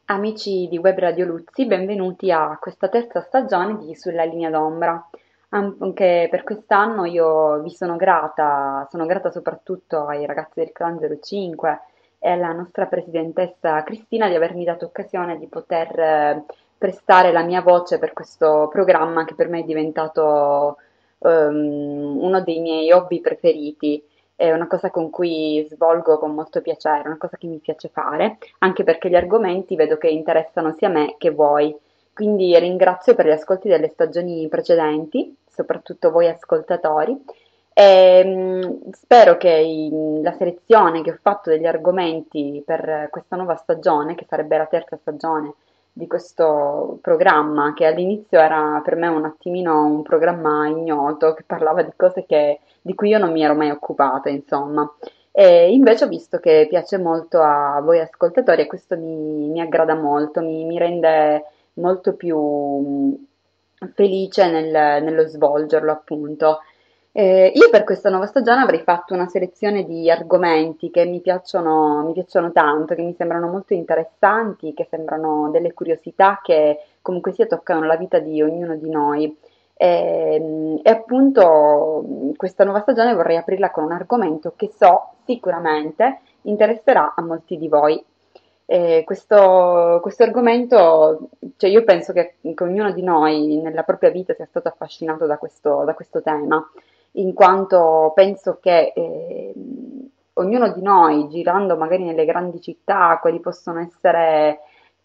Amici di Web Radio Luzzi, benvenuti a questa terza stagione di Sulla linea d'ombra. Anche per quest'anno io vi sono grata soprattutto ai ragazzi del Clan 05 e alla nostra presidentessa Cristina di avermi dato occasione di poter prestare la mia voce per questo programma che per me è diventato uno dei miei hobby preferiti. È una cosa con cui svolgo con molto piacere, una cosa che mi piace fare, anche perché gli argomenti vedo che interessano sia me che voi. Quindi ringrazio per gli ascolti delle stagioni precedenti, soprattutto voi ascoltatori, e spero che la selezione che ho fatto degli argomenti per questa nuova stagione, che sarebbe la terza stagione di questo programma, che all'inizio era per me un attimino un programma ignoto, che parlava di cose di cui io non mi ero mai occupata, insomma. E invece ho visto che piace molto a voi ascoltatori e questo mi aggrada molto, mi rende molto più felice nello svolgerlo, appunto. Io per questa nuova stagione avrei fatto una selezione di argomenti che mi piacciono tanto, che mi sembrano molto interessanti, che sembrano delle curiosità che comunque sia toccano la vita di ognuno di noi. E appunto questa nuova stagione vorrei aprirla con un argomento che so sicuramente interesserà a molti di voi. Questo argomento, cioè io penso che ognuno di noi nella propria vita sia stato affascinato da questo tema, in quanto penso che ognuno di noi, girando magari nelle grandi città, quali possono essere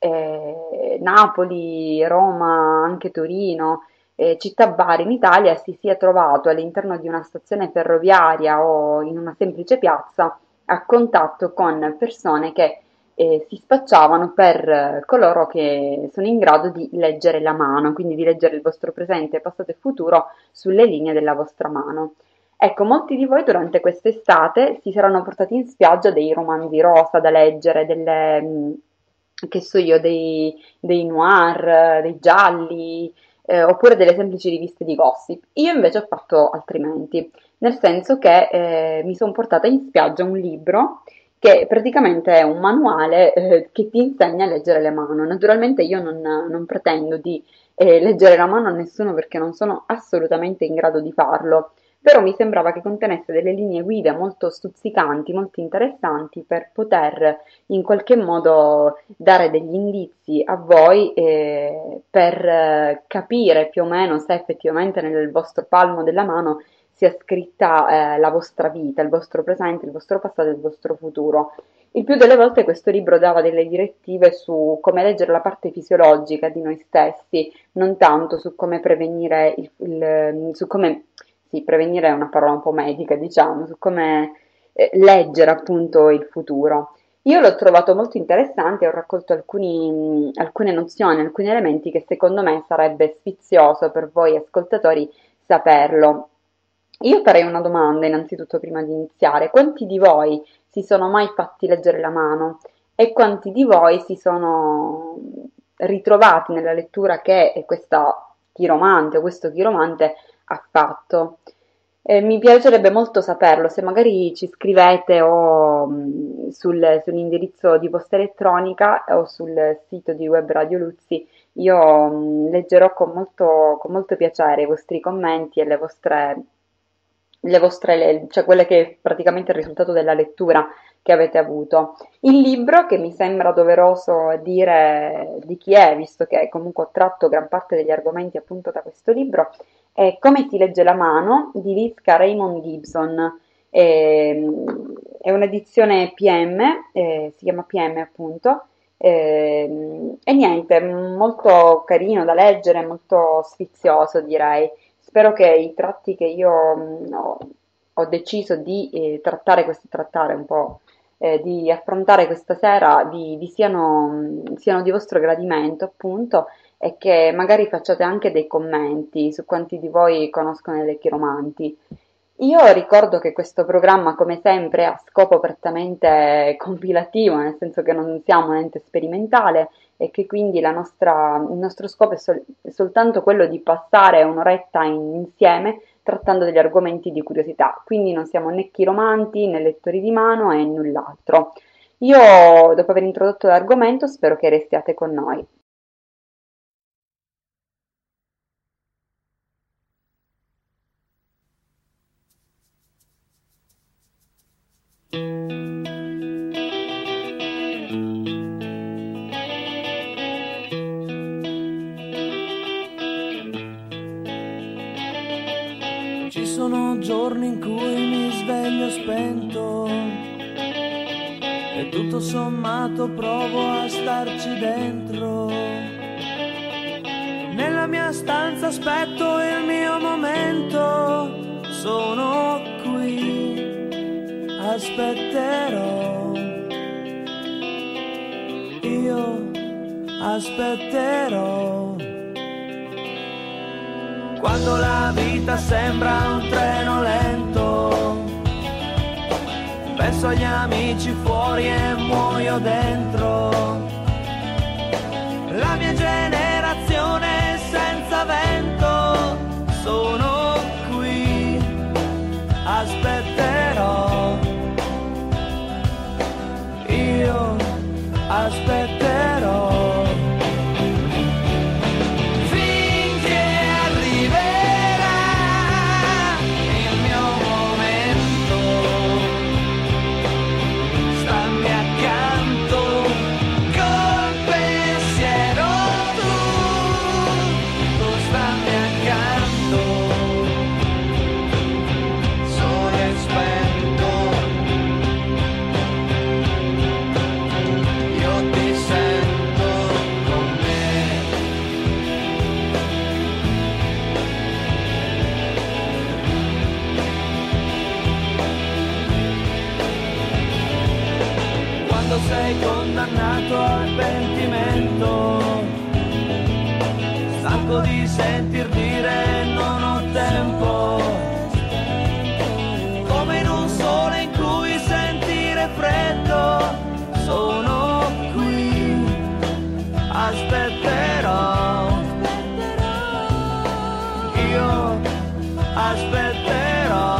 Napoli, Roma, anche Torino, città varie in Italia, si sia trovato all'interno di una stazione ferroviaria o in una semplice piazza a contatto con persone che si spacciavano per coloro che sono in grado di leggere la mano, quindi di leggere il vostro presente, passato e futuro sulle linee della vostra mano. Ecco, molti di voi durante quest'estate si saranno portati in spiaggia dei romanzi rosa da leggere, che so io, dei noir, dei gialli, oppure delle semplici riviste di gossip. Io invece ho fatto altrimenti, nel senso che mi sono portata in spiaggia un libro che praticamente è un manuale che ti insegna a leggere le mani. Naturalmente io non pretendo di leggere la mano a nessuno perché non sono assolutamente in grado di farlo, però mi sembrava che contenesse delle linee guida molto stuzzicanti, molto interessanti per poter in qualche modo dare degli indizi a voi per capire più o meno se effettivamente nel vostro palmo della mano sia scritta la vostra vita, il vostro presente, il vostro passato e il vostro futuro. Il più delle volte questo libro dava delle direttive su come leggere la parte fisiologica di noi stessi, non tanto su come prevenire su come, sì, prevenire è una parola un po' medica, diciamo, su come leggere appunto il futuro. Io l'ho trovato molto interessante e ho raccolto alcune nozioni, alcuni elementi che secondo me sarebbe sfizioso per voi ascoltatori saperlo. Io farei una domanda innanzitutto prima di iniziare. Quanti di voi si sono mai fatti leggere la mano e quanti di voi si sono ritrovati nella lettura che questa chiromante o questo chiromante ha fatto? Mi piacerebbe molto saperlo, se magari ci scrivete o sull'indirizzo di posta elettronica o sul sito di Web Radio Luzzi, io leggerò con molto piacere i vostri commenti e cioè quelle che è praticamente il risultato della lettura che avete avuto. Il libro, che mi sembra doveroso dire di chi è, visto che comunque ho tratto gran parte degli argomenti appunto da questo libro, è Come si legge la mano di Liska Raymond Gibson. È un'edizione PM, si chiama PM appunto, e niente, molto carino da leggere, molto sfizioso direi. Spero che i tratti che io ho deciso di trattare un po', di affrontare questa sera siano di vostro gradimento, appunto, e che magari facciate anche dei commenti su quanti di voi conoscono le chiromanti. Io ricordo che questo programma, come sempre, ha scopo prettamente compilativo, nel senso che non siamo un ente sperimentale e che quindi il nostro scopo è soltanto quello di passare un'oretta insieme trattando degli argomenti di curiosità. Quindi non siamo né chiromanti né lettori di mano e null'altro. Io, dopo aver introdotto l'argomento, spero che restiate con noi. Ci sono giorni in cui mi sveglio spento e tutto sommato provo a starci dentro. Nella mia stanza aspetto il mio momento, sono qui, aspetterò, io aspetterò. Quando la vita sembra un treno lento, penso agli amici fuori e muoio dentro. La mia generazione senza vento, sono qui, aspetterò, io aspetterò. Sei condannato al pentimento, stanco di sentir dire non ho tempo, come in un sole in cui sentire freddo, sono qui, aspetterò, io aspetterò.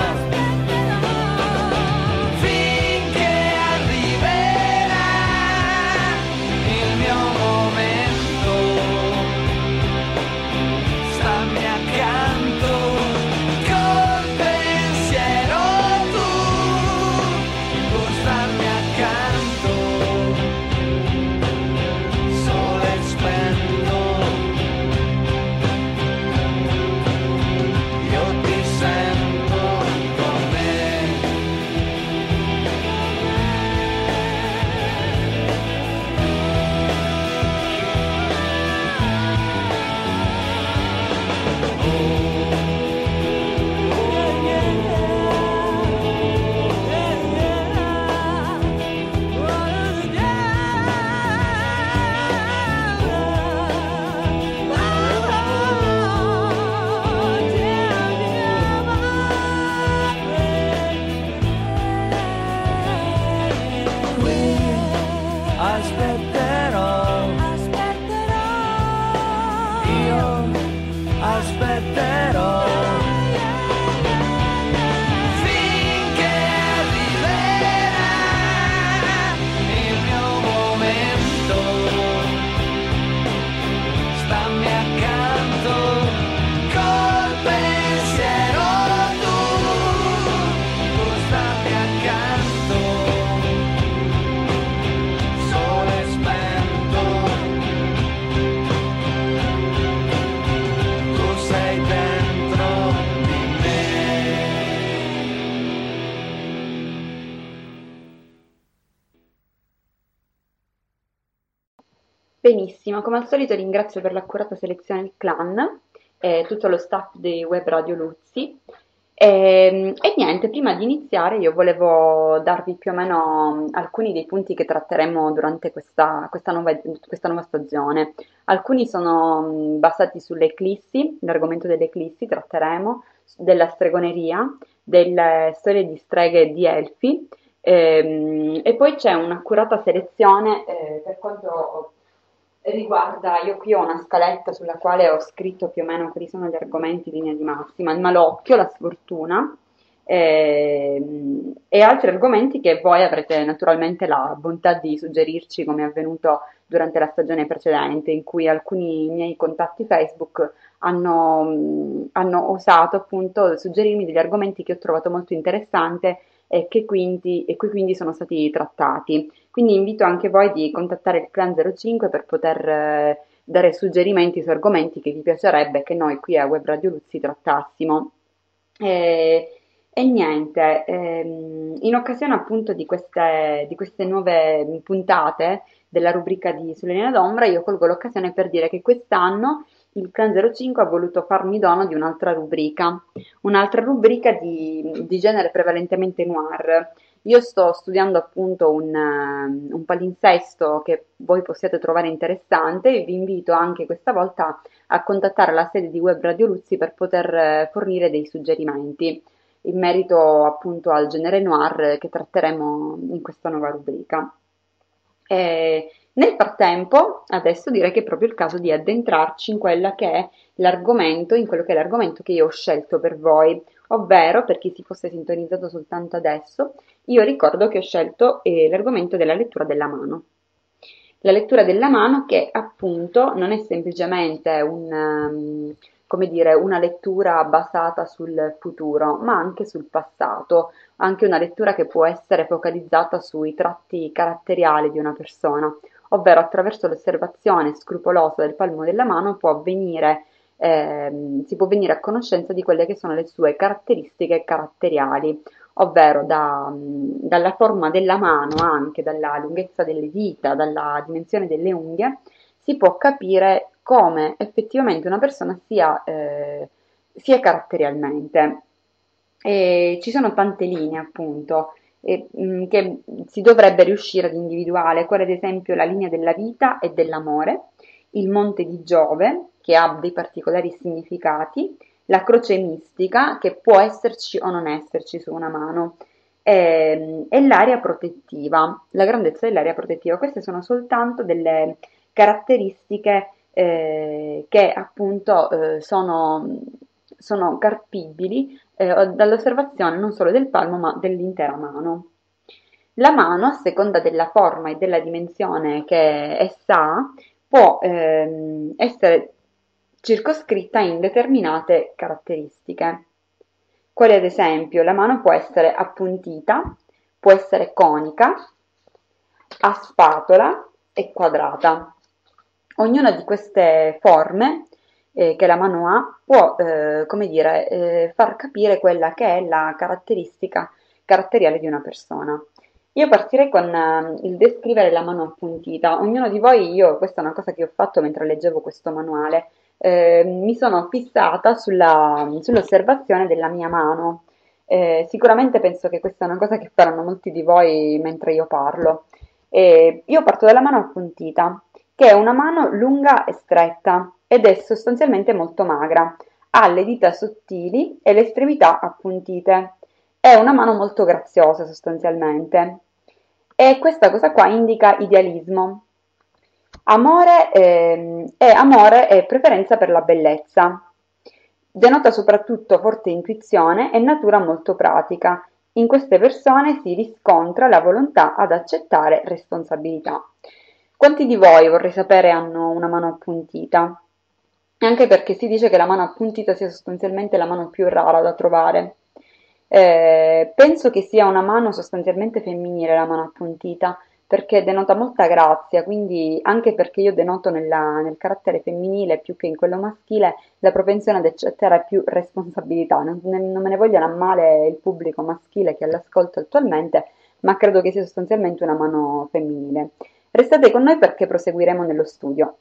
Benissimo, come al solito ringrazio per l'accurata selezione il clan e tutto lo staff di Web Radio Luzzi. E niente, prima di iniziare io volevo darvi più o meno alcuni dei punti che tratteremo durante questa nuova stagione. Alcuni sono basati sulle eclissi, l'argomento delle eclissi tratteremo, della stregoneria, delle storie di streghe e di elfi, e poi c'è un'accurata selezione per quanto riguarda, io qui ho una scaletta sulla quale ho scritto più o meno quali sono gli argomenti in linea di massima: il malocchio, la sfortuna, e altri argomenti che voi avrete naturalmente la bontà di suggerirci, come è avvenuto durante la stagione precedente, in cui alcuni miei contatti Facebook hanno osato appunto suggerirmi degli argomenti che ho trovato molto interessante e che quindi sono stati trattati. Quindi invito anche voi di contattare il Clan 05 per poter dare suggerimenti su argomenti che vi piacerebbe che noi qui a Web Radio Luzzi trattassimo. E niente, in occasione appunto di queste nuove puntate della rubrica di Sulle linee d'ombra, io colgo l'occasione per dire che quest'anno il Clan 05 ha voluto farmi dono di un'altra rubrica di genere prevalentemente noir. Io sto studiando appunto un palinsesto che voi possiate trovare interessante e vi invito anche questa volta a contattare la sede di Web Radio Luzzi per poter fornire dei suggerimenti in merito appunto al genere noir che tratteremo in questa nuova rubrica. Nel frattempo, adesso direi che è proprio il caso di addentrarci in in quello che è l'argomento che io ho scelto per voi, ovvero, per chi si fosse sintonizzato soltanto adesso, io ricordo che ho scelto l'argomento della lettura della mano. La lettura della mano che appunto non è semplicemente come dire, una lettura basata sul futuro, ma anche sul passato, anche una lettura che può essere focalizzata sui tratti caratteriali di una persona, ovvero attraverso l'osservazione scrupolosa del palmo della mano si può venire a conoscenza di quelle che sono le sue caratteristiche caratteriali, ovvero dalla forma della mano, anche dalla lunghezza delle dita, dalla dimensione delle unghie, si può capire come effettivamente una persona sia caratterialmente. E ci sono tante linee, appunto, che si dovrebbe riuscire ad individuare, quale ad esempio la linea della vita e dell'amore, il monte di Giove, che ha dei particolari significati, la croce mistica, che può esserci o non esserci su una mano, e l'area protettiva, la grandezza dell'area protettiva. Queste sono soltanto delle caratteristiche che appunto sono carpibili dall'osservazione non solo del palmo ma dell'intera mano. La mano, a seconda della forma e della dimensione che essa ha, può essere circoscritta in determinate caratteristiche, quali ad esempio la mano può essere appuntita, può essere conica, a spatola e quadrata. Ognuna di queste forme che la mano ha può, come dire, far capire quella che è la caratteristica caratteriale di una persona. Io partirei con il descrivere la mano appuntita. Ognuno di voi, questa è una cosa che ho fatto mentre leggevo questo manuale, mi sono fissata sull'osservazione della mia mano. Sicuramente penso che questa è una cosa che faranno molti di voi mentre io parlo. Io parto dalla mano appuntita, che è una mano lunga e stretta ed è sostanzialmente molto magra, ha le dita sottili e le estremità appuntite. È una mano molto graziosa sostanzialmente. E questa cosa qua indica idealismo, amore e preferenza per la bellezza. Denota soprattutto forte intuizione e natura molto pratica. In queste persone si riscontra la volontà ad accettare responsabilità. Quanti di voi, vorrei sapere, hanno una mano appuntita? Anche perché si dice che la mano appuntita sia sostanzialmente la mano più rara da trovare. Penso che sia una mano sostanzialmente femminile la mano appuntita, perché denota molta grazia, quindi anche perché io denoto nel carattere femminile più che in quello maschile la propensione ad accettare più responsabilità. Non me ne vogliono a male il pubblico maschile che è all'ascolto attualmente, ma credo che sia sostanzialmente una mano femminile. Restate con noi perché proseguiremo nello studio.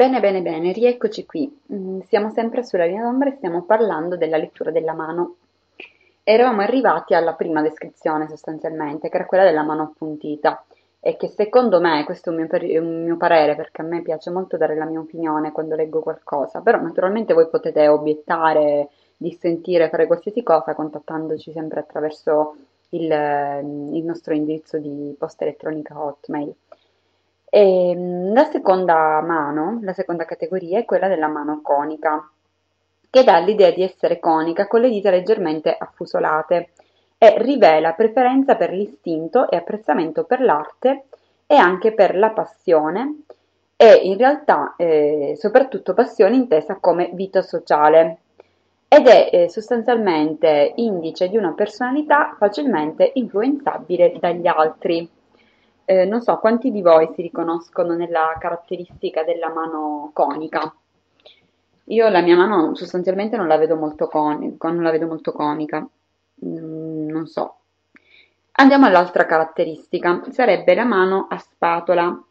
Bene, bene, bene, rieccoci qui. Siamo sempre sulla linea d'ombra e stiamo parlando della lettura della mano. Eravamo arrivati alla prima descrizione sostanzialmente, che era quella della mano appuntita, e che secondo me, questo è un mio parere, perché a me piace molto dare la mia opinione quando leggo qualcosa, però naturalmente voi potete obiettare, dissentire, fare qualsiasi cosa contattandoci sempre attraverso il nostro indirizzo di posta elettronica Hotmail. La seconda mano, la seconda categoria è quella della mano conica, che dà l'idea di essere conica con le dita leggermente affusolate e rivela preferenza per l'istinto e apprezzamento per l'arte e anche per la passione e in realtà soprattutto passione intesa come vita sociale ed è sostanzialmente indice di una personalità facilmente influenzabile dagli altri. Non so quanti di voi si riconoscono nella caratteristica della mano conica. Io la mia mano sostanzialmente non la vedo molto non la vedo molto comica. Non so. Andiamo all'altra caratteristica, sarebbe la mano a spatola.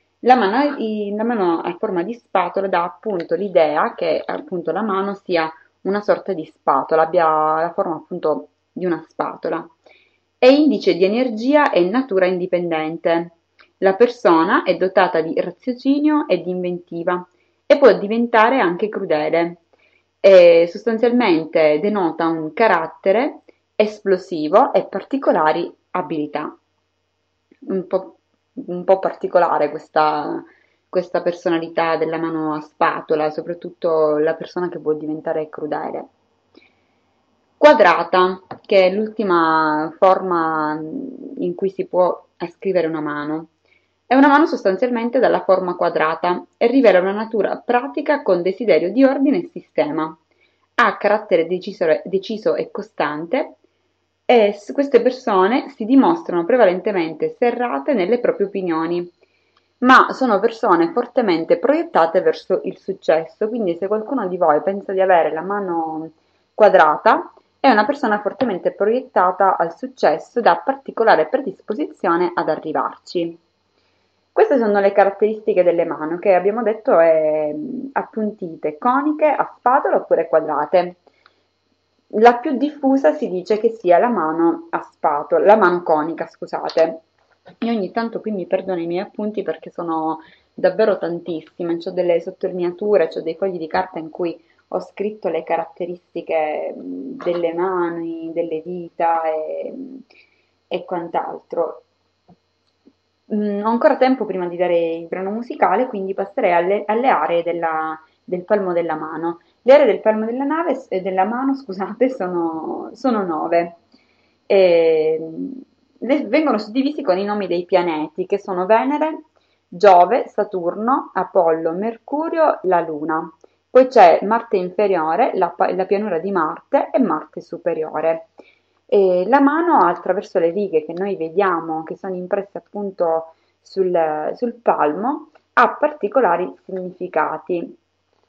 La mano a forma di spatola dà appunto l'idea che appunto la mano sia una sorta di spatola, abbia la forma appunto di una spatola. È indice di energia e natura indipendente. La persona è dotata di raziocinio e di inventiva e può diventare anche crudele. E sostanzialmente denota un carattere esplosivo e particolari abilità. Un po', un po' particolare questa personalità della mano a spatola, soprattutto la persona che può diventare crudele. Quadrata, che è l'ultima forma in cui si può scrivere una mano. È una mano sostanzialmente dalla forma quadrata e rivela una natura pratica con desiderio di ordine e sistema. Ha carattere deciso e costante e queste persone si dimostrano prevalentemente serrate nelle proprie opinioni, ma sono persone fortemente proiettate verso il successo, quindi se qualcuno di voi pensa di avere la mano quadrata, è una persona fortemente proiettata al successo da particolare predisposizione ad arrivarci. Queste sono le caratteristiche delle mani che abbiamo detto appuntite, coniche, a spatola oppure quadrate. La più diffusa si dice che sia la mano a spatola, la mano conica, scusate. Io ogni tanto qui mi perdo nei miei appunti perché sono davvero tantissime, ho delle sottolineature, ho dei fogli di carta in cui ho scritto le caratteristiche delle mani, delle dita e quant'altro. Ho ancora tempo prima di dare il brano musicale, quindi passerei alle aree del palmo della mano. Le aree del palmo della mano, scusate, sono 9. E, vengono suddivisi con i nomi dei pianeti, che sono Venere, Giove, Saturno, Apollo, Mercurio, la Luna. Poi c'è Marte inferiore, la pianura di Marte e Marte superiore. E la mano attraverso le righe che noi vediamo, che sono impresse appunto sul palmo, ha particolari significati.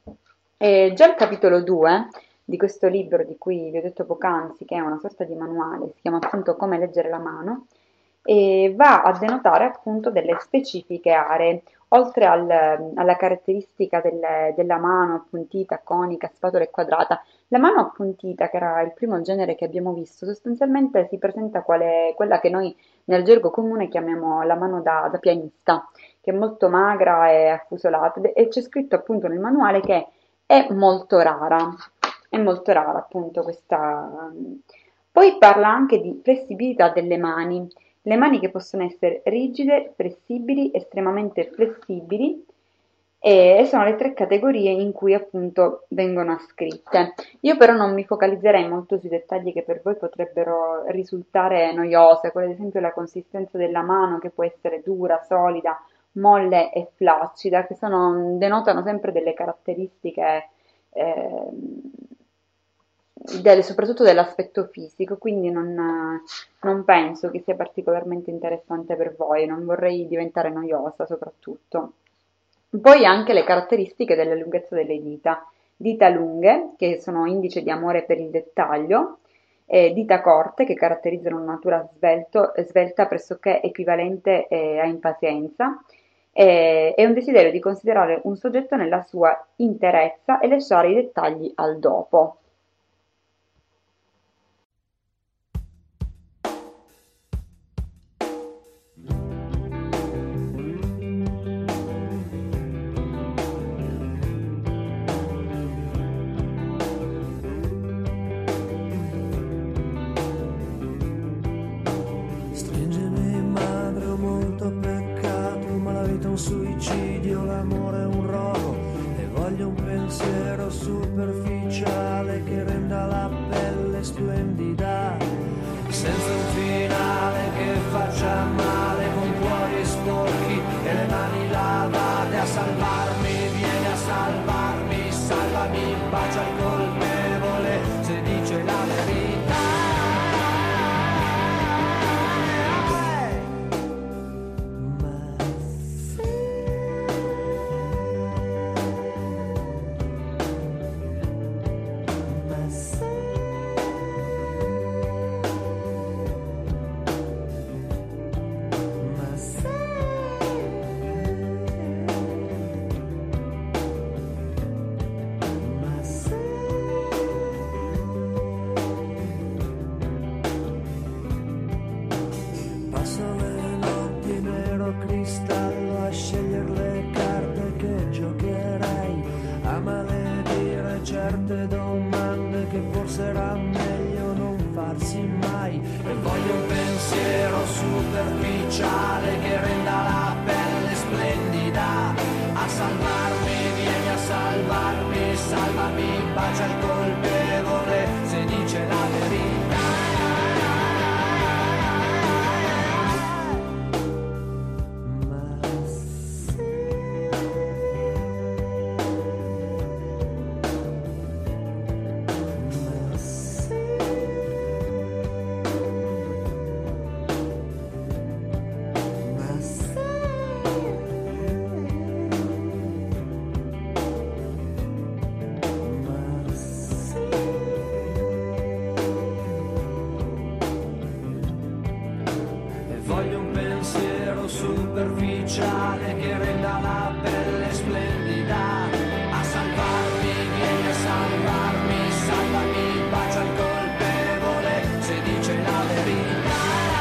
E già il capitolo 2 di questo libro di cui vi ho detto poc'anzi, che è una sorta di manuale, si chiama appunto Come leggere la mano, e va a denotare appunto delle specifiche aree, oltre alla caratteristica della mano appuntita, conica, spatola e quadrata. La mano appuntita, che era il primo genere che abbiamo visto, sostanzialmente si presenta quale quella che noi nel gergo comune chiamiamo la mano da pianista, che è molto magra e affusolata, e c'è scritto appunto nel manuale che è molto rara appunto questa. Poi parla anche di flessibilità delle mani, le mani che possono essere rigide, flessibili, estremamente flessibili e sono le tre categorie in cui appunto vengono ascritte. Io però non mi focalizzerei molto sui dettagli che per voi potrebbero risultare noiose, come ad esempio la consistenza della mano che può essere dura, solida, molle e flaccida, che denotano sempre delle caratteristiche eh, soprattutto dell'aspetto fisico, quindi non penso che sia particolarmente interessante per voi, non vorrei diventare noiosa soprattutto. Poi anche le caratteristiche della lunghezza delle dita. Dita lunghe, che sono indice di amore per il dettaglio, e dita corte, che caratterizzano una natura svelta pressoché equivalente a impazienza, È un desiderio di considerare un soggetto nella sua interezza e lasciare i dettagli al dopo. Stringimi madre, ho molto peccato, ma la vita è un suicidio, l'amore è un rogo e voglio un pensiero superficiale che renda la pelle splendida, senza un finale che faccia male, con cuori sporchi e le mani lavate a salvarmi, vieni a salvarmi, salvami, bacia il colpevole se dice la verità. Passo le notti nero cristallo a scegliere le carte che giocherei, a maledire certe domande che forse era meglio non farsi mai. E voglio un pensiero superficiale che renda la pelle splendida, a salvarmi, vieni a salvarmi, salvami, bacia il colpevole se dice la verità. Voglio un pensiero superficiale che renda la pelle splendida, a salvarmi, vieni a salvarmi, salvami, bacia il colpevole se dice la verità.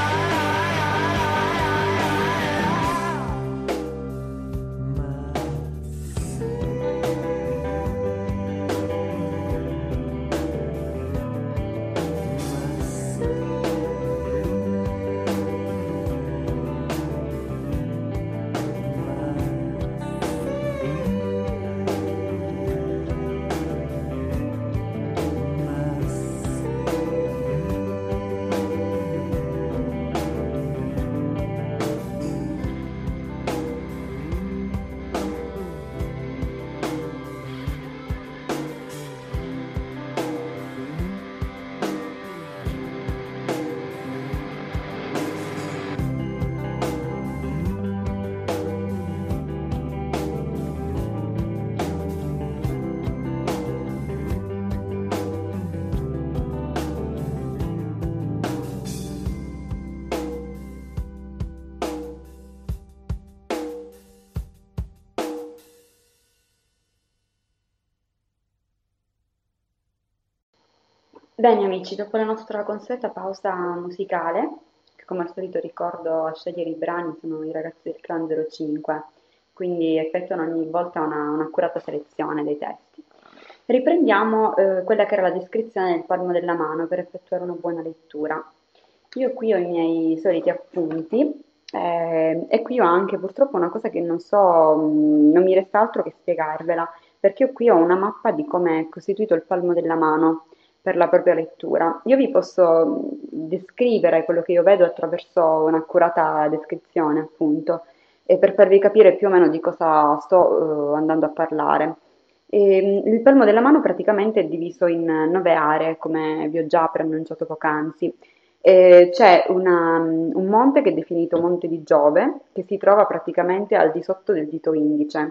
Bene amici, dopo la nostra consueta pausa musicale, che come al solito ricordo a scegliere i brani sono i ragazzi del Clan 05, quindi effettuano ogni volta un'accurata selezione dei testi. Riprendiamo quella che era la descrizione del palmo della mano per effettuare una buona lettura. Io qui ho i miei soliti appunti e qui ho anche purtroppo una cosa che non so, non mi resta altro che spiegarvela, perché io qui ho una mappa di come è costituito il palmo della mano per la propria lettura. Io vi posso descrivere quello che io vedo attraverso un'accurata descrizione, appunto, e per farvi capire più o meno di cosa sto andando a parlare. Il palmo della mano praticamente è diviso in 9 aree, come vi ho già preannunciato poc'anzi. C'è un monte che è definito Monte di Giove, che si trova praticamente al di sotto del dito indice.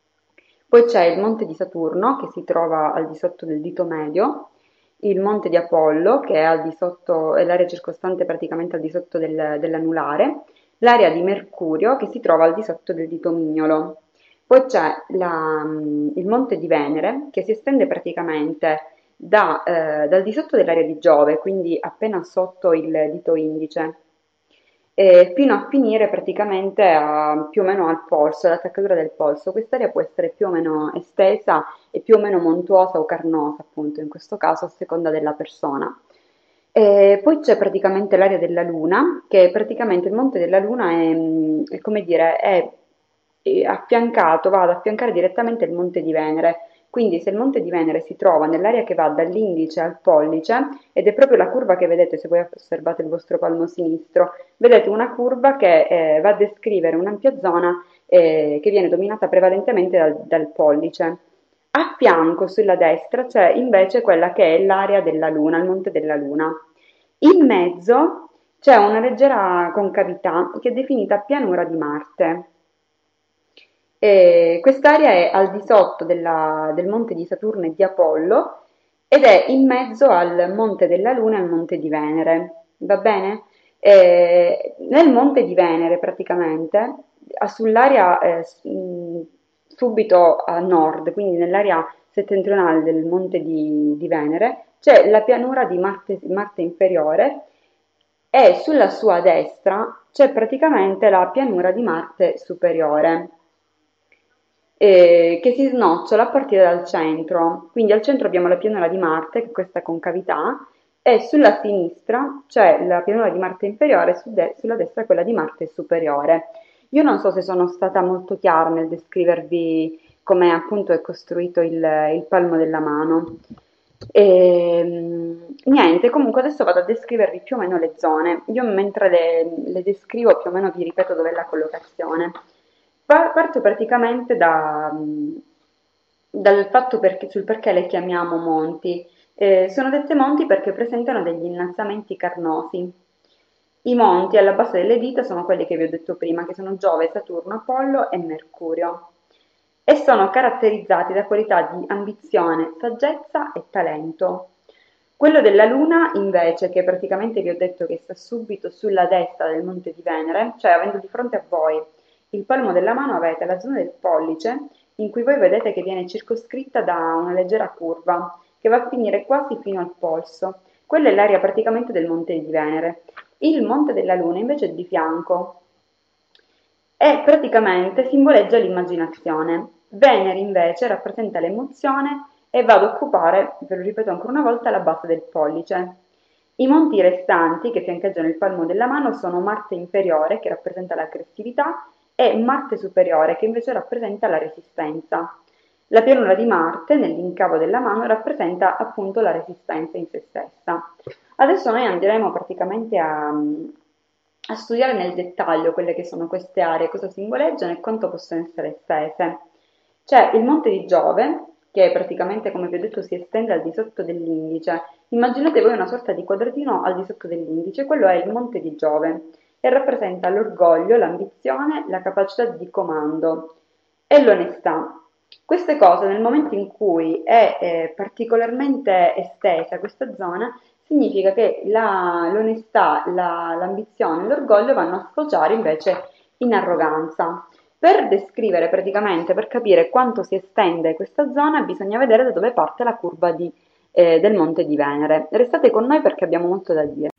Poi c'è il Monte di Saturno, che si trova al di sotto del dito medio, il Monte di Apollo, che è al di sotto, è l'area circostante praticamente al di sotto dell'anulare, l'area di Mercurio che si trova al di sotto del dito mignolo. Poi c'è il Monte di Venere che si estende praticamente dal di sotto dell'area di Giove, quindi appena sotto il dito indice, fino a finire praticamente più o meno al polso, all'attaccatura del polso. Quest'area può essere più o meno estesa e più o meno montuosa o carnosa, appunto, in questo caso a seconda della persona. Poi c'è praticamente l'area della Luna, che praticamente il Monte della Luna è, come dire, è affiancato, va ad affiancare direttamente il Monte di Venere. Quindi se il Monte di Venere si trova nell'area che va dall'indice al pollice, ed è proprio la curva che vedete se voi osservate il vostro palmo sinistro, vedete una curva che va a descrivere un'ampia zona che viene dominata prevalentemente dal pollice. A fianco, sulla destra, c'è invece quella che è l'area della Luna, il Monte della Luna. In mezzo c'è una leggera concavità che è definita pianura di Marte. Quest'area è al di sotto del Monte di Saturno e di Apollo ed è in mezzo al Monte della Luna e al Monte di Venere. Va bene? Nel Monte di Venere praticamente, sull'area subito a nord, quindi nell'area settentrionale del Monte di Venere, c'è la pianura di Marte inferiore e sulla sua destra c'è praticamente la pianura di Marte superiore, che si snocciola a partire dal centro. Quindi al centro abbiamo la pianura di Marte, che è questa concavità, e sulla sinistra c'è la pianura di Marte inferiore, sulla destra quella di Marte superiore. Io non so se sono stata molto chiara nel descrivervi come appunto è costruito il palmo della mano. Niente, comunque adesso vado a descrivervi più o meno le zone. Io mentre le descrivo più o meno vi ripeto dov'è la collocazione. Parto praticamente dal fatto sul perché le chiamiamo monti. Sono dette monti perché presentano degli innalzamenti carnosi. I monti alla base delle dita sono quelli che vi ho detto prima, che sono Giove, Saturno, Apollo e Mercurio, e sono caratterizzati da qualità di ambizione, saggezza e talento. Quello della Luna, invece, che praticamente vi ho detto che sta subito sulla destra del Monte di Venere, cioè avendo di fronte a voi il palmo della mano, avete la zona del pollice, in cui voi vedete che viene circoscritta da una leggera curva, che va a finire quasi fino al polso. Quella è l'area praticamente del Monte di Venere. Il Monte della Luna invece è di fianco e praticamente simboleggia l'immaginazione. Venere invece rappresenta l'emozione e va ad occupare, ve lo ripeto ancora una volta, la base del pollice. I monti restanti che fiancheggiano il palmo della mano sono Marte inferiore, che rappresenta l'aggressività, e Marte superiore, che invece rappresenta la resistenza. La pianura di Marte, nell'incavo della mano, rappresenta appunto la resistenza in se stessa. Adesso noi andremo praticamente a studiare nel dettaglio quelle che sono queste aree, cosa simboleggiano e quanto possono essere estese. C'è il Monte di Giove, che praticamente, come vi ho detto, si estende al di sotto dell'indice. Immaginate voi una sorta di quadratino al di sotto dell'indice, quello è il Monte di Giove, e rappresenta l'orgoglio, l'ambizione, la capacità di comando e l'onestà. Queste cose, nel momento in cui è particolarmente estesa questa zona, significa che l'onestà, l'ambizione e l'orgoglio vanno a sfociare invece in arroganza. Per descrivere praticamente, per capire quanto si estende questa zona, bisogna vedere da dove parte la curva del Monte di Venere. Restate con noi perché abbiamo molto da dire.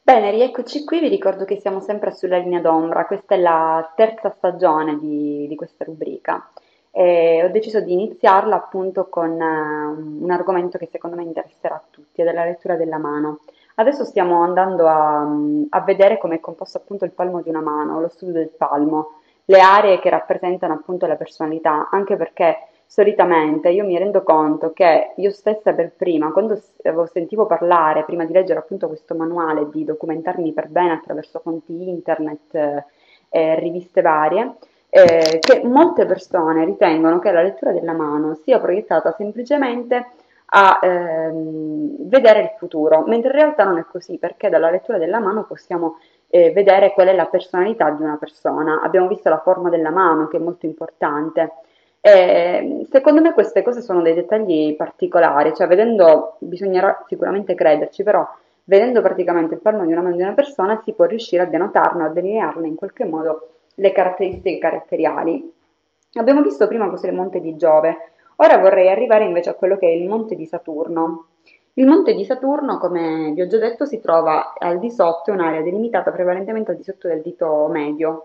Bene, rieccoci qui, vi ricordo che siamo sempre sulla linea d'ombra, questa è la terza stagione di questa rubrica e ho deciso di iniziarla appunto con un argomento che secondo me interesserà a tutti, è della lettura della mano. Adesso stiamo andando a vedere come è composto appunto il palmo di una mano, lo studio del palmo, le aree che rappresentano appunto la personalità, anche perché solitamente io mi rendo conto che io stessa per prima, quando sentivo parlare, prima di leggere appunto questo manuale, di documentarmi per bene attraverso fonti internet e riviste varie, che molte persone ritengono che la lettura della mano sia proiettata semplicemente a vedere il futuro, mentre in realtà non è così, perché dalla lettura della mano possiamo vedere qual è la personalità di una persona. Abbiamo visto la forma della mano, che è molto importante. Secondo me queste cose sono dei dettagli particolari, cioè vedendo, bisognerà sicuramente crederci, però vedendo praticamente il palmo di una mano di una persona si può riuscire a denotarne, a delinearne in qualche modo le caratteristiche caratteriali. Abbiamo visto prima cos'è il monte di Giove, ora vorrei arrivare invece a quello che è il monte di Saturno. Il monte di Saturno, come vi ho già detto, si trova al di sotto, è un'area delimitata prevalentemente al di sotto del dito medio,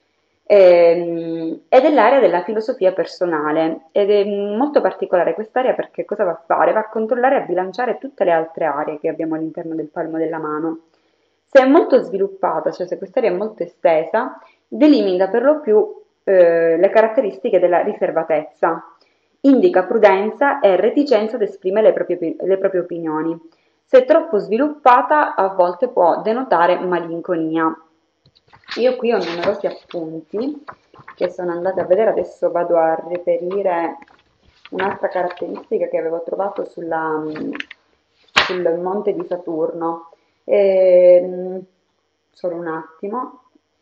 ed è l'area della filosofia personale ed è molto particolare quest'area perché cosa va a fare? Va a controllare e a bilanciare tutte le altre aree che abbiamo all'interno del palmo della mano. Se è molto sviluppata, cioè se quest'area è molto estesa, delimita per lo più le caratteristiche della riservatezza, indica prudenza e reticenza ad esprimere le proprie opinioni. Se è troppo sviluppata, a volte può denotare malinconia. Io qui ho numerosi appunti che sono andata a vedere, adesso vado a reperire un'altra caratteristica che avevo trovato sul monte di Saturno. Solo un attimo.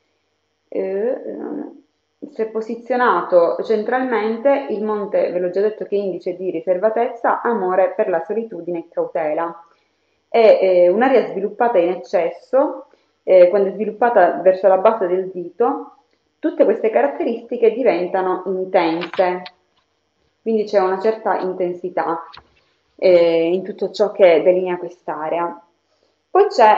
Se è posizionato centralmente, il monte, ve l'ho già detto che è indice di riservatezza, amore per la solitudine e cautela. È un'area sviluppata in eccesso, quando è sviluppata verso la base del dito, tutte queste caratteristiche diventano intense, quindi c'è una certa intensità in tutto ciò che delinea quest'area. Poi c'è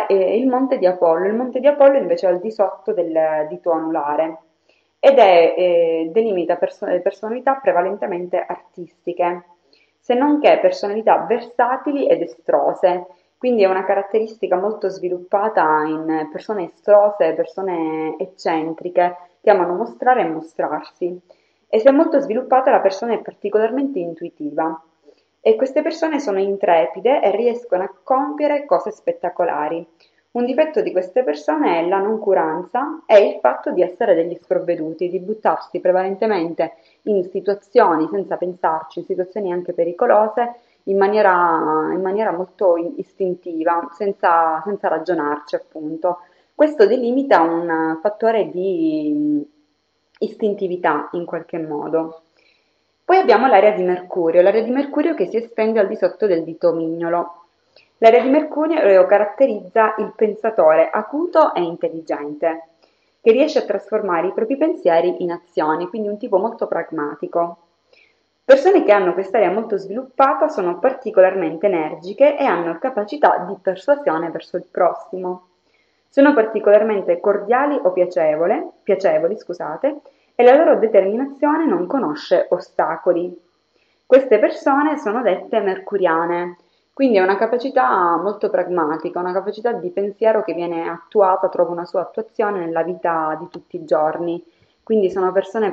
il monte di Apollo invece è al di sotto del dito anulare ed delimita personalità prevalentemente artistiche, se non che personalità versatili ed estrose, quindi è una caratteristica molto sviluppata in persone estrose, persone eccentriche, che amano mostrare e mostrarsi. E se è molto sviluppata la persona è particolarmente intuitiva. E queste persone sono intrepide e riescono a compiere cose spettacolari. Un difetto di queste persone è la noncuranza e il fatto di essere degli sprovveduti, di buttarsi prevalentemente in situazioni senza pensarci, in situazioni anche pericolose, in maniera molto istintiva, senza ragionarci, appunto. Questo delimita un fattore di istintività in qualche modo. Poi abbiamo l'area di Mercurio che si estende al di sotto del dito mignolo. L'area di Mercurio caratterizza il pensatore acuto e intelligente, che riesce a trasformare i propri pensieri in azioni, quindi un tipo molto pragmatico. Persone che hanno quest'area molto sviluppata sono particolarmente energiche e hanno capacità di persuasione verso il prossimo. Sono particolarmente cordiali o piacevoli, scusate, e la loro determinazione non conosce ostacoli. Queste persone sono dette mercuriane, quindi è una capacità molto pragmatica, una capacità di pensiero che viene attuata, trova una sua attuazione nella vita di tutti i giorni. Quindi sono persone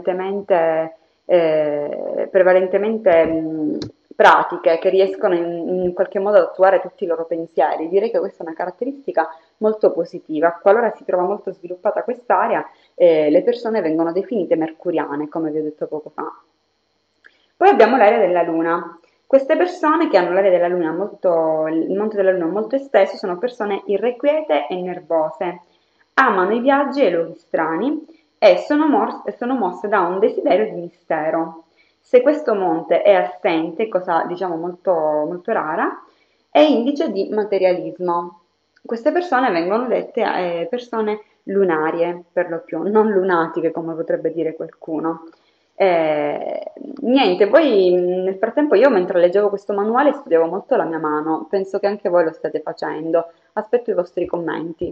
prevalentemente pratiche, che riescono in qualche modo ad attuare tutti i loro pensieri. Direi che questa è una caratteristica molto positiva. Qualora si trova molto sviluppata quest'area, le persone vengono definite mercuriane, come vi ho detto poco fa. Poi abbiamo l'area della Luna. Queste persone che hanno l'area della Luna il monte della Luna molto esteso sono persone irrequiete e nervose, amano i viaggi e i luoghi strani e sono mosse da un desiderio di mistero. Se questo monte è assente, cosa diciamo molto, molto rara, è indice di materialismo. Queste persone vengono dette persone lunarie, per lo più, non lunatiche come potrebbe dire qualcuno. E, niente, poi nel frattempo io mentre leggevo questo manuale studiavo molto la mia mano, penso che anche voi lo state facendo. Aspetto i vostri commenti.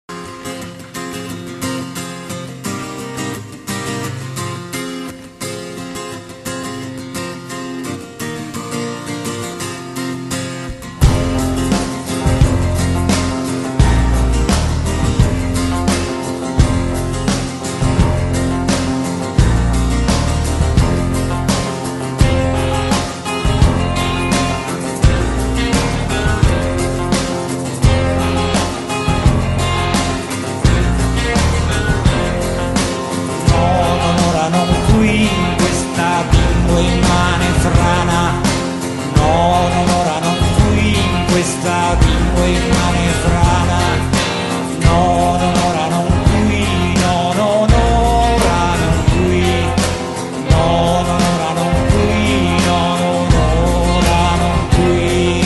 No, non ora, non qui, questa bimbo immane frana. No, non ora, non qui, questa bimbo immane frana. No, non ora, non qui, no, non ora, non qui. No, non ora, non qui, no, non ora, non qui.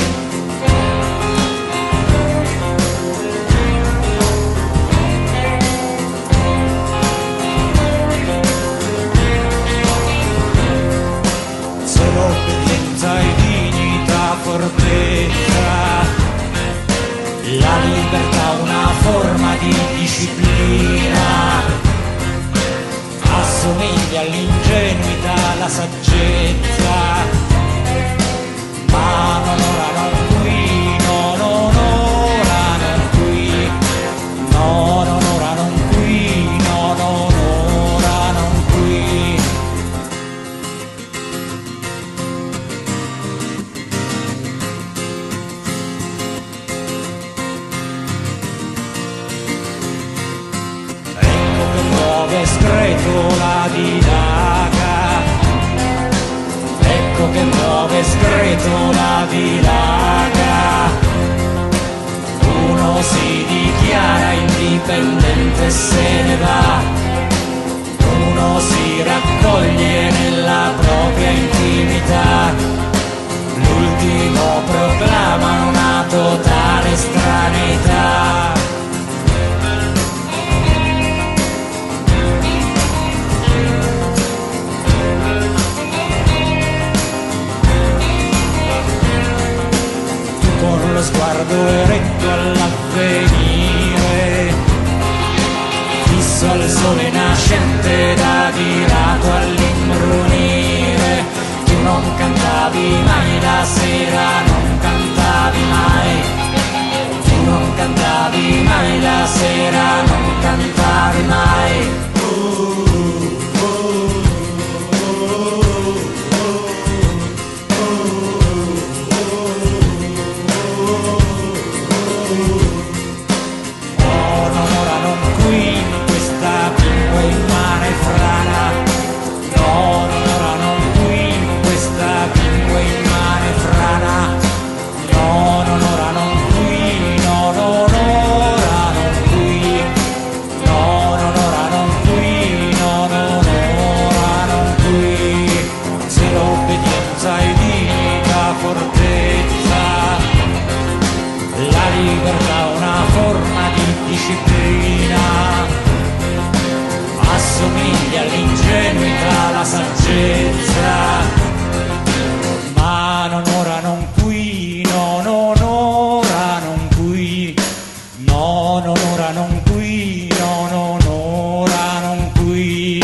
Se l'obbedienza è dignità, fortezza, la libertà una forma di disciplina, assomiglia all'ingenuità, alla saggezza, ma non ora, non qui, no, non ora, non qui, no, non ora, non qui, no, non ora, non qui. Ecco che muove scretola di daga, ecco che muove scretola di daga. Uno si dichiara indipendente e se ne va, uno si raccoglie nella propria intimità, l'ultimo proclama una totale estraneità. Tu con lo sguardo eretto all'avvenire, fisso al sole nascente da dirato all'imbrunire, tu non cantavi mai la sera, non cantavi mai, tu non cantavi mai la sera, non cantavi mai. No, non ora, non qui, questa bimbo immane frana. No, non ora, non qui, questa bimbo immane frana. No, non ora, non qui, no, non ora, non qui. No, non ora, non qui, no, non ora, non qui. Se l'obbedienza è dignità, fortezza, la libertà una forma di disciplina, assomiglia all'ingenuità, alla saggezza, ma non ora, non qui, no, non ora, non qui, no, non ora, non qui, no, non ora, non qui.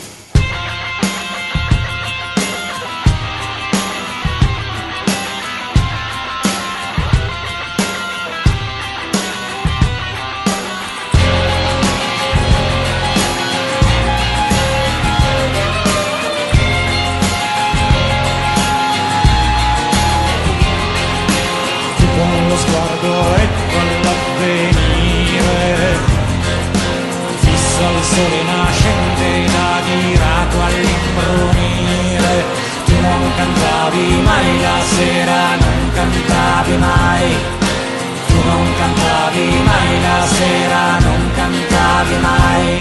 Tu con lo sguardo ecco all'avvenire, fisso al sole nascente da dirato all'imbrunire, tu non cantavi mai la sera, non cantavi mai, tu non cantavi mai la sera, non cantavi mai.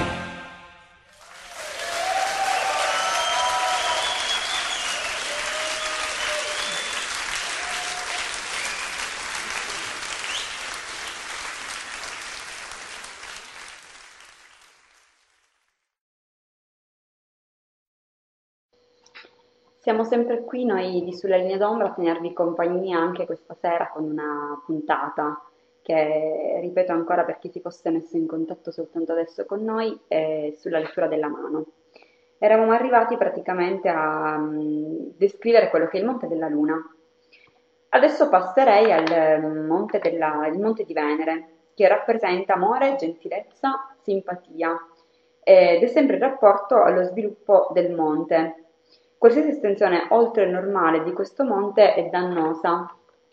Siamo sempre qui noi di Sulla linea d'ombra a tenervi compagnia anche questa sera con una puntata che, ripeto ancora per chi si fosse messo in contatto soltanto adesso con noi, è sulla lettura della mano. Eravamo arrivati praticamente a descrivere quello che è il Monte della Luna. Adesso passerei al il Monte di Venere, che rappresenta amore, gentilezza, simpatia ed è sempre in rapporto allo sviluppo del monte. Qualsiasi estensione oltre il normale di questo monte è dannosa,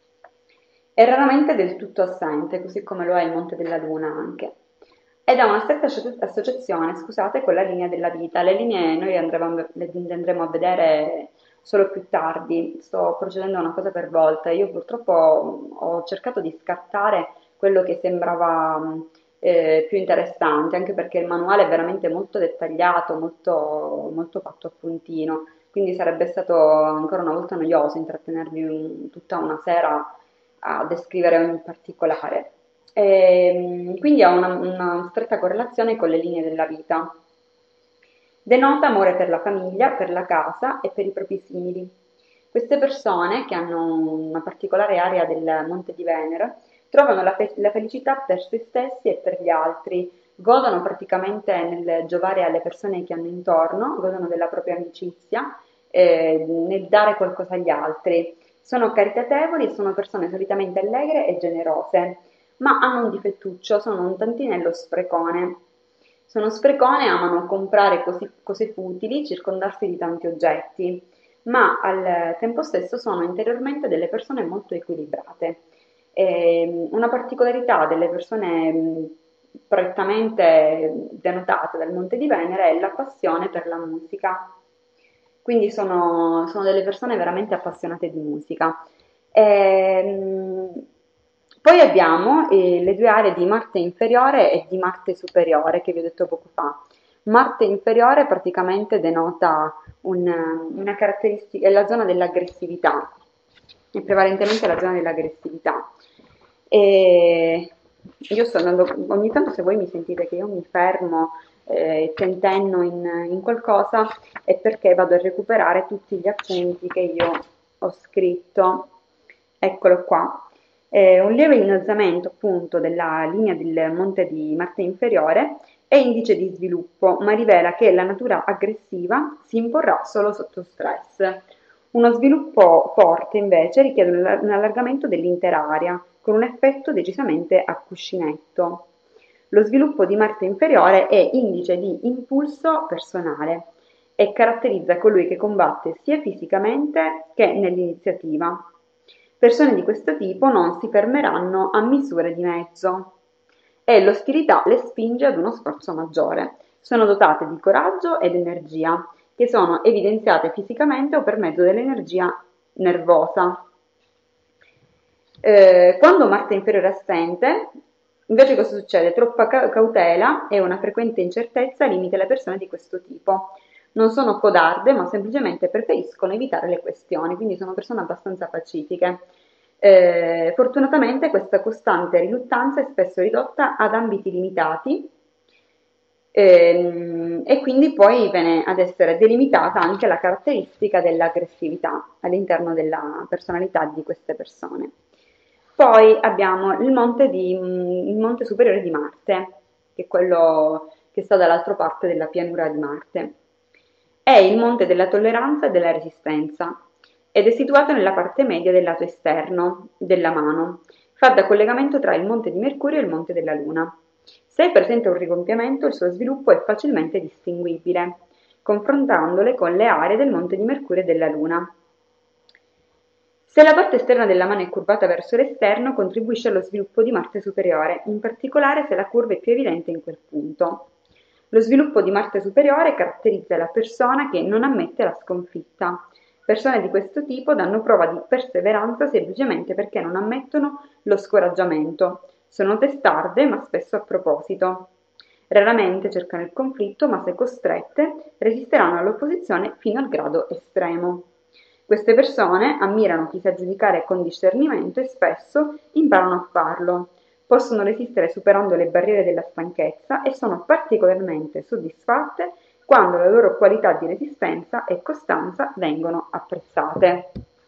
è raramente del tutto assente, così come lo è il Monte della Luna anche. Ed ha una stretta associazione, scusate, con la linea della vita. Le linee noi le andremo a vedere solo più tardi, sto procedendo una cosa per volta. Io purtroppo ho cercato di scartare quello che sembrava più interessante, anche perché il manuale è veramente molto dettagliato, molto fatto a puntino, quindi sarebbe stato ancora una volta noioso intrattenervi tutta una sera a descrivere ogni particolare. Quindi ha una stretta correlazione con le linee della vita. Denota amore per la famiglia, per la casa e per i propri simili. Queste persone, che hanno una particolare area del Monte di Venere, trovano la felicità per se stessi e per gli altri, godono praticamente nel giovare alle persone che hanno intorno, godono della propria amicizia, nel dare qualcosa agli altri. Sono caritatevoli e sono persone solitamente allegre e generose, ma hanno un difettuccio, sono un tantinello sprecone. Sono sprecone, amano comprare cose futili, circondarsi di tanti oggetti, ma al tempo stesso sono interiormente delle persone molto equilibrate. Una particolarità delle persone prettamente denotate dal Monte di Venere è la passione per la musica. Quindi sono delle persone veramente appassionate di musica. Ehm, Poi abbiamo le due aree di Marte inferiore e di Marte superiore che vi ho detto poco fa. Marte inferiore praticamente denota una caratteristica, è la zona dell'aggressività, è prevalentemente la zona dell'aggressività. E io sto andando, ogni tanto se voi mi sentite che io mi fermo, tentenno in qualcosa, è perché vado a recuperare tutti gli appunti che io ho scritto. Eccolo qua. Un lieve innalzamento appunto della linea del monte di Marte inferiore è indice di sviluppo, ma rivela che la natura aggressiva si imporrà solo sotto stress. Uno sviluppo forte invece richiede un allargamento dell'intera area, con un effetto decisamente a cuscinetto. Lo sviluppo di Marte inferiore è indice di impulso personale e caratterizza colui che combatte sia fisicamente che nell'iniziativa. Persone di questo tipo non si fermeranno a misure di mezzo e l'ostilità le spinge ad uno sforzo maggiore. Sono dotate di coraggio ed energia, che sono evidenziate fisicamente o per mezzo dell'energia nervosa. Quando Marte inferiore è assente, invece cosa succede? Troppa cautela e una frequente incertezza limita le persone di questo tipo. Non sono codarde, ma semplicemente preferiscono evitare le questioni, quindi sono persone abbastanza pacifiche. Fortunatamente questa costante riluttanza è spesso ridotta ad ambiti limitati e quindi poi viene ad essere delimitata anche la caratteristica dell'aggressività all'interno della personalità di queste persone. Poi abbiamo il monte superiore di Marte, che è quello che sta dall'altra parte della pianura di Marte. È il monte della tolleranza e della resistenza ed è situato nella parte media del lato esterno della mano. Fa da collegamento tra il monte di Mercurio e il monte della Luna. Se è presente un rigonfiamento, il suo sviluppo è facilmente distinguibile, confrontandole con le aree del monte di Mercurio e della Luna. Se la parte esterna della mano è curvata verso l'esterno, contribuisce allo sviluppo di Marte superiore, in particolare se la curva è più evidente in quel punto. Lo sviluppo di Marte superiore caratterizza la persona che non ammette la sconfitta. Persone di questo tipo danno prova di perseveranza semplicemente perché non ammettono lo scoraggiamento. Sono testarde, ma spesso a proposito. Raramente cercano il conflitto, ma se costrette resisteranno all'opposizione fino al grado estremo. Queste persone ammirano chi sa giudicare con discernimento e spesso imparano a farlo. Possono resistere superando le barriere della stanchezza e sono particolarmente soddisfatte quando la loro qualità di resistenza e costanza vengono apprezzate.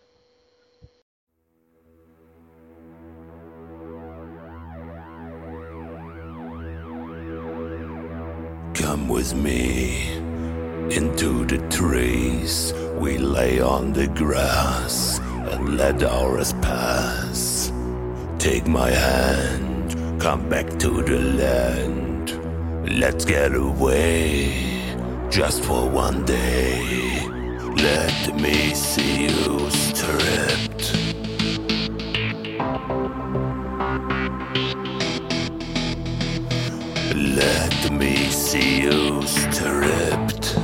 Come with me into the trees. We lay on the grass and let hours pass. Take my hand, come back to the land. Let's get away just for one day. Let me see you stripped. Let me see you stripped.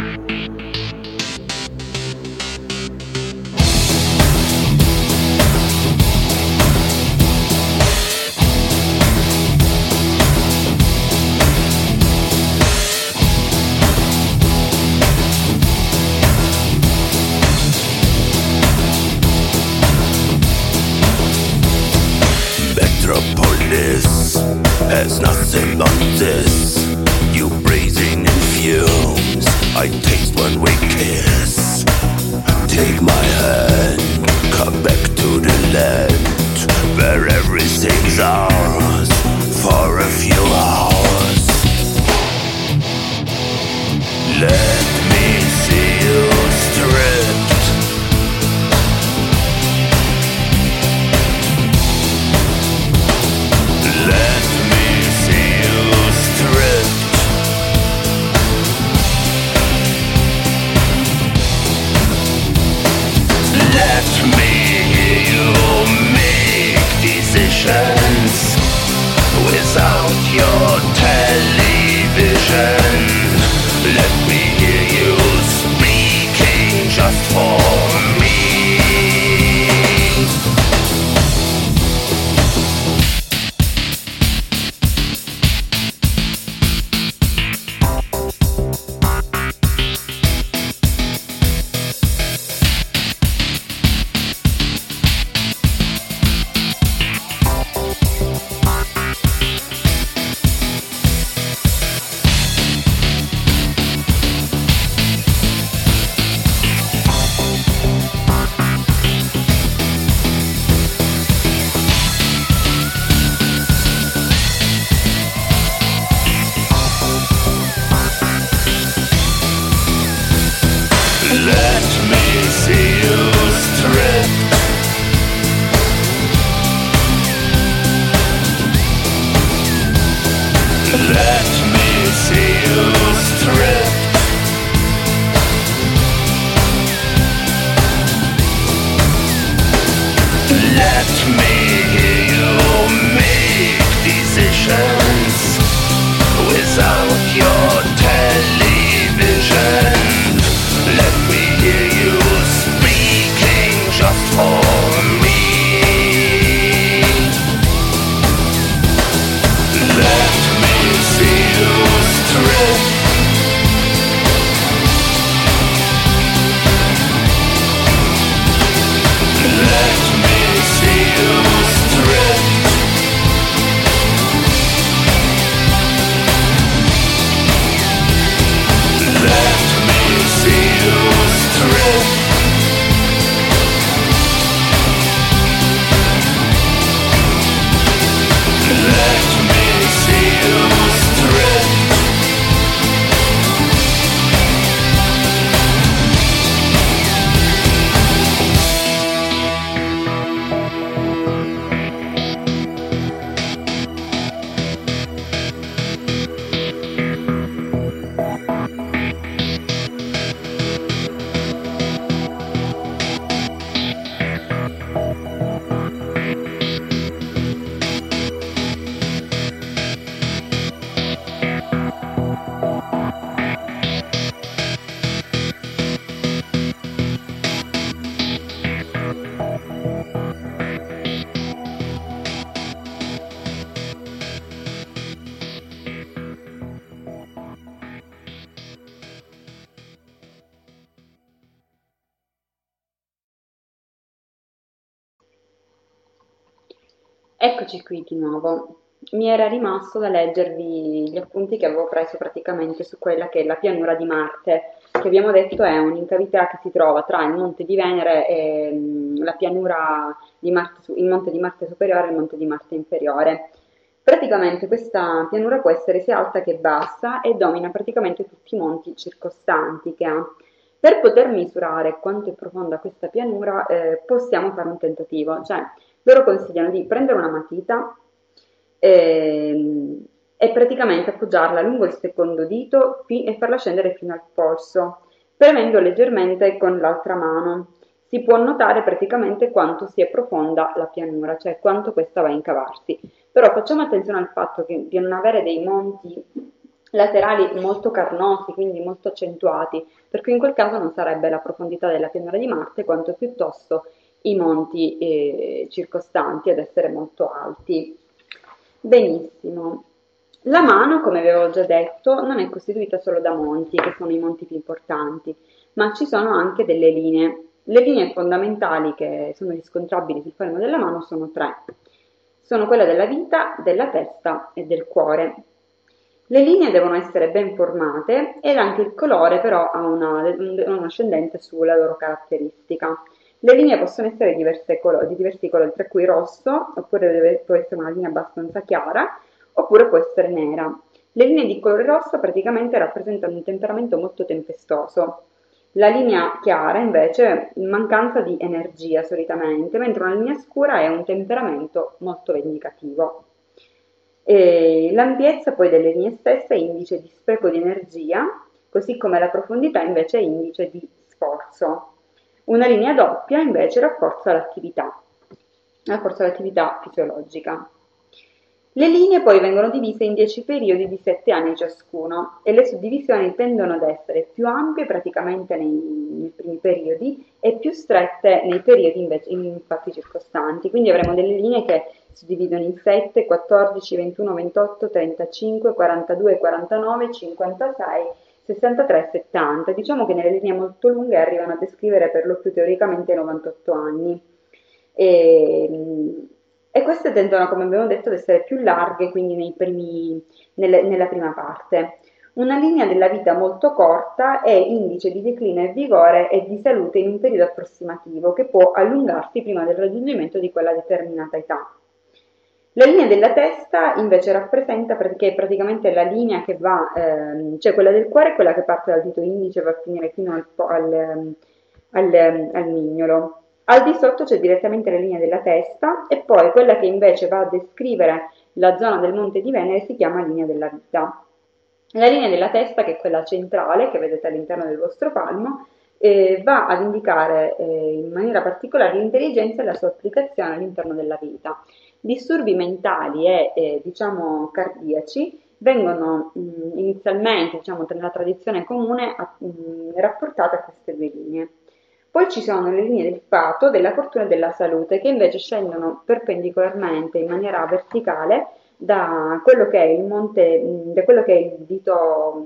Metropolis has nothing but this. You breathing in fumes. I taste when we kiss. Take my hand, come back to the land where everything's ours for a few hours. Let me see you stripped. Let me see you stripped. Let me hear you make decisions without your television. Let me hear you speaking just for me. Eccoci qui di nuovo. mi era rimasto da leggervi gli appunti che avevo preso praticamente su quella che è la pianura di Marte, che abbiamo detto è un'incavità che si trova tra il Monte di Venere e la pianura di Marte, il Monte di Marte superiore e il Monte di Marte inferiore. Praticamente questa pianura può essere sia alta che bassa e domina praticamente tutti i monti circostanti che ha. Per poter misurare quanto è profonda questa pianura, possiamo fare un tentativo, cioè loro consigliano di prendere una matita e praticamente appoggiarla lungo il secondo dito e farla scendere fino al polso, premendo leggermente con l'altra mano. Si può notare praticamente quanto sia profonda la pianura, cioè quanto questa va a incavarsi. Però facciamo attenzione al fatto di non avere dei monti laterali molto carnosi, quindi molto accentuati, perché in quel caso non sarebbe la profondità della pianura di Marte, quanto piuttosto i monti circostanti ad essere molto alti. Benissimo. La mano, come avevo già detto, non è costituita solo da monti, che sono i monti più importanti, ma ci sono anche delle linee. Le linee fondamentali che sono riscontrabili sul palmo della mano sono tre. Sono quella della vita, della testa e del cuore. Le linee devono essere ben formate ed anche il colore però ha un ascendente sulla loro caratteristica. Le linee possono essere di diversi colori, tra cui rosso, oppure può essere una linea abbastanza chiara, oppure può essere nera. Le linee di colore rosso praticamente rappresentano un temperamento molto tempestoso. La linea chiara invece è mancanza di energia solitamente, mentre una linea scura è un temperamento molto vendicativo. E l'ampiezza poi delle linee stesse è indice di spreco di energia, così come la profondità invece è indice di sforzo. Una linea doppia invece rafforza l'attività fisiologica. Le linee poi vengono divise in 10 periodi di 7 anni ciascuno e le suddivisioni tendono ad essere più ampie praticamente nei primi periodi e più strette nei periodi invece infatti circostanti. Quindi avremo delle linee che si dividono in 7, 14, 21, 28, 35, 42, 49, 56, 63 e 70. Diciamo che nelle linee molto lunghe arrivano a descrivere per lo più teoricamente 98 anni. E, e queste tendono, come abbiamo detto, ad essere più larghe, quindi nella prima parte. Una linea della vita molto corta è indice di declino e vigore e di salute in un periodo approssimativo che può allungarsi prima del raggiungimento di quella determinata età. La linea della testa invece rappresenta perché è praticamente la linea che va, cioè quella del cuore è quella che parte dal dito indice e va a finire fino al mignolo. Al di sotto c'è direttamente la linea della testa e poi quella che invece va a descrivere la zona del Monte di Venere si chiama linea della vita. La linea della testa, che è quella centrale che vedete all'interno del vostro palmo, va ad indicare in maniera particolare l'intelligenza e la sua applicazione all'interno della vita. Disturbi mentali e diciamo cardiaci vengono inizialmente, diciamo, nella tradizione comune rapportate a queste due linee. Poi ci sono le linee del fato, della fortuna e della salute, che invece scendono perpendicolarmente in maniera verticale da quello che è il monte, da quello che è il dito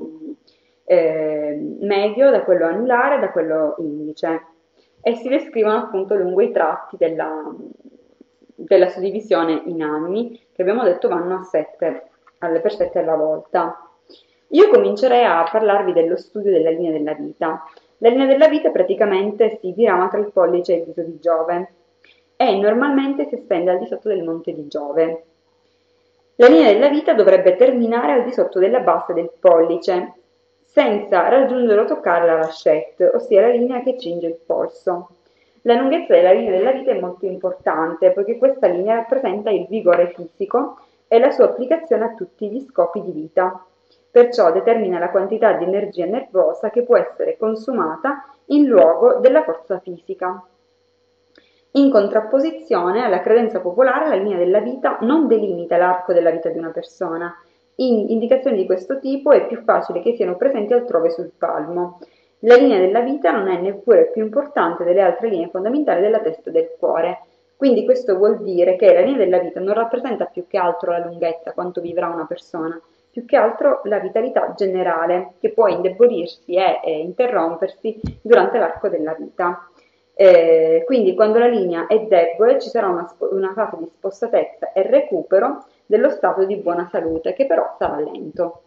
medio, da quello anulare, da quello indice e si descrivono appunto lungo i tratti della suddivisione in anni, che abbiamo detto vanno a 7, per 7 alla volta. Io comincerei a parlarvi dello studio della linea della vita. La linea della vita praticamente si dirama tra il pollice e il dito di Giove e normalmente si estende al di sotto del monte di Giove. La linea della vita dovrebbe terminare al di sotto della base del pollice, senza raggiungere o toccare la lachette, ossia la linea che cinge il polso. La lunghezza della linea della vita è molto importante, poiché questa linea rappresenta il vigore fisico e la sua applicazione a tutti gli scopi di vita. Perciò determina la quantità di energia nervosa che può essere consumata in luogo della forza fisica. In contrapposizione alla credenza popolare, la linea della vita non delimita l'arco della vita di una persona. In indicazioni di questo tipo è più facile che siano presenti altrove sul palmo. La linea della vita non è neppure più importante delle altre linee fondamentali della testa e del cuore. Quindi questo vuol dire che la linea della vita non rappresenta più che altro la lunghezza, quanto vivrà una persona, più che altro la vitalità generale, che può indebolirsi e interrompersi durante l'arco della vita. Quindi quando la linea è debole ci sarà una fase di spostatezza e recupero dello stato di buona salute, che però sarà lento.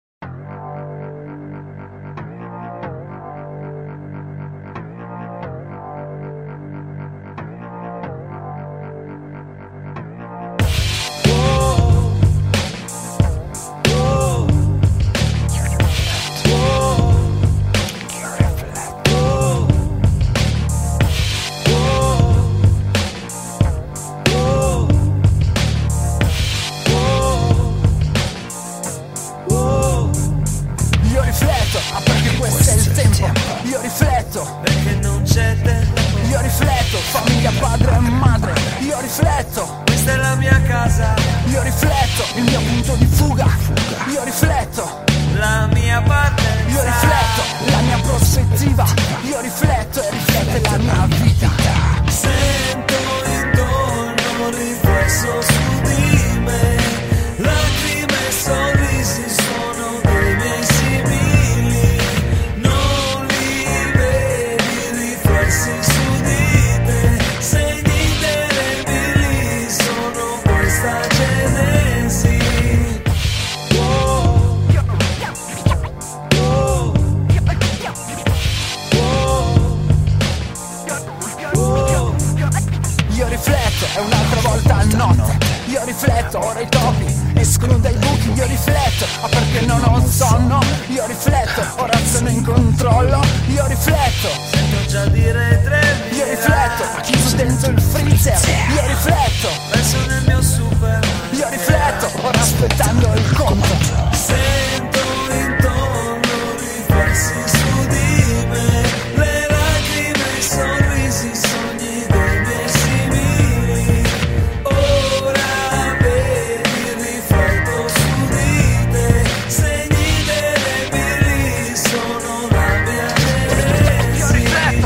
Io rifletto, perché questo è il tempo. Io rifletto, perché non c'è tempo. Io rifletto, famiglia, padre e madre. Io rifletto, questa è la mia casa. Io rifletto, il mio punto di fuga. Io rifletto, la mia partenza. Io rifletto, la mia prospettiva. Io rifletto e riflette la mia vita. Sento intorno un riflesso su di me. Lacrime e sorrisi sono dei miei simili. Non li vedi riflessi su di te. Segni indelebili sono questa genesi. Io rifletto, è un'altra volta a notte. Io rifletto, ora i topi escono dai buchi. Io rifletto, perché non ho sonno. Io rifletto, ora sono in controllo. Io rifletto, sento già dire 3.000. Io rifletto, chiuso dentro il freezer. Io rifletto, penso nel mio super. Io rifletto, ora aspettando il conto. Sento intorno riflessi su di me. Le lacrime e i sorrisi, i sogni dei miei simili. Ora vedi, rifletto su di te. Segni indelebili sono la mia genesi. Io rifletto.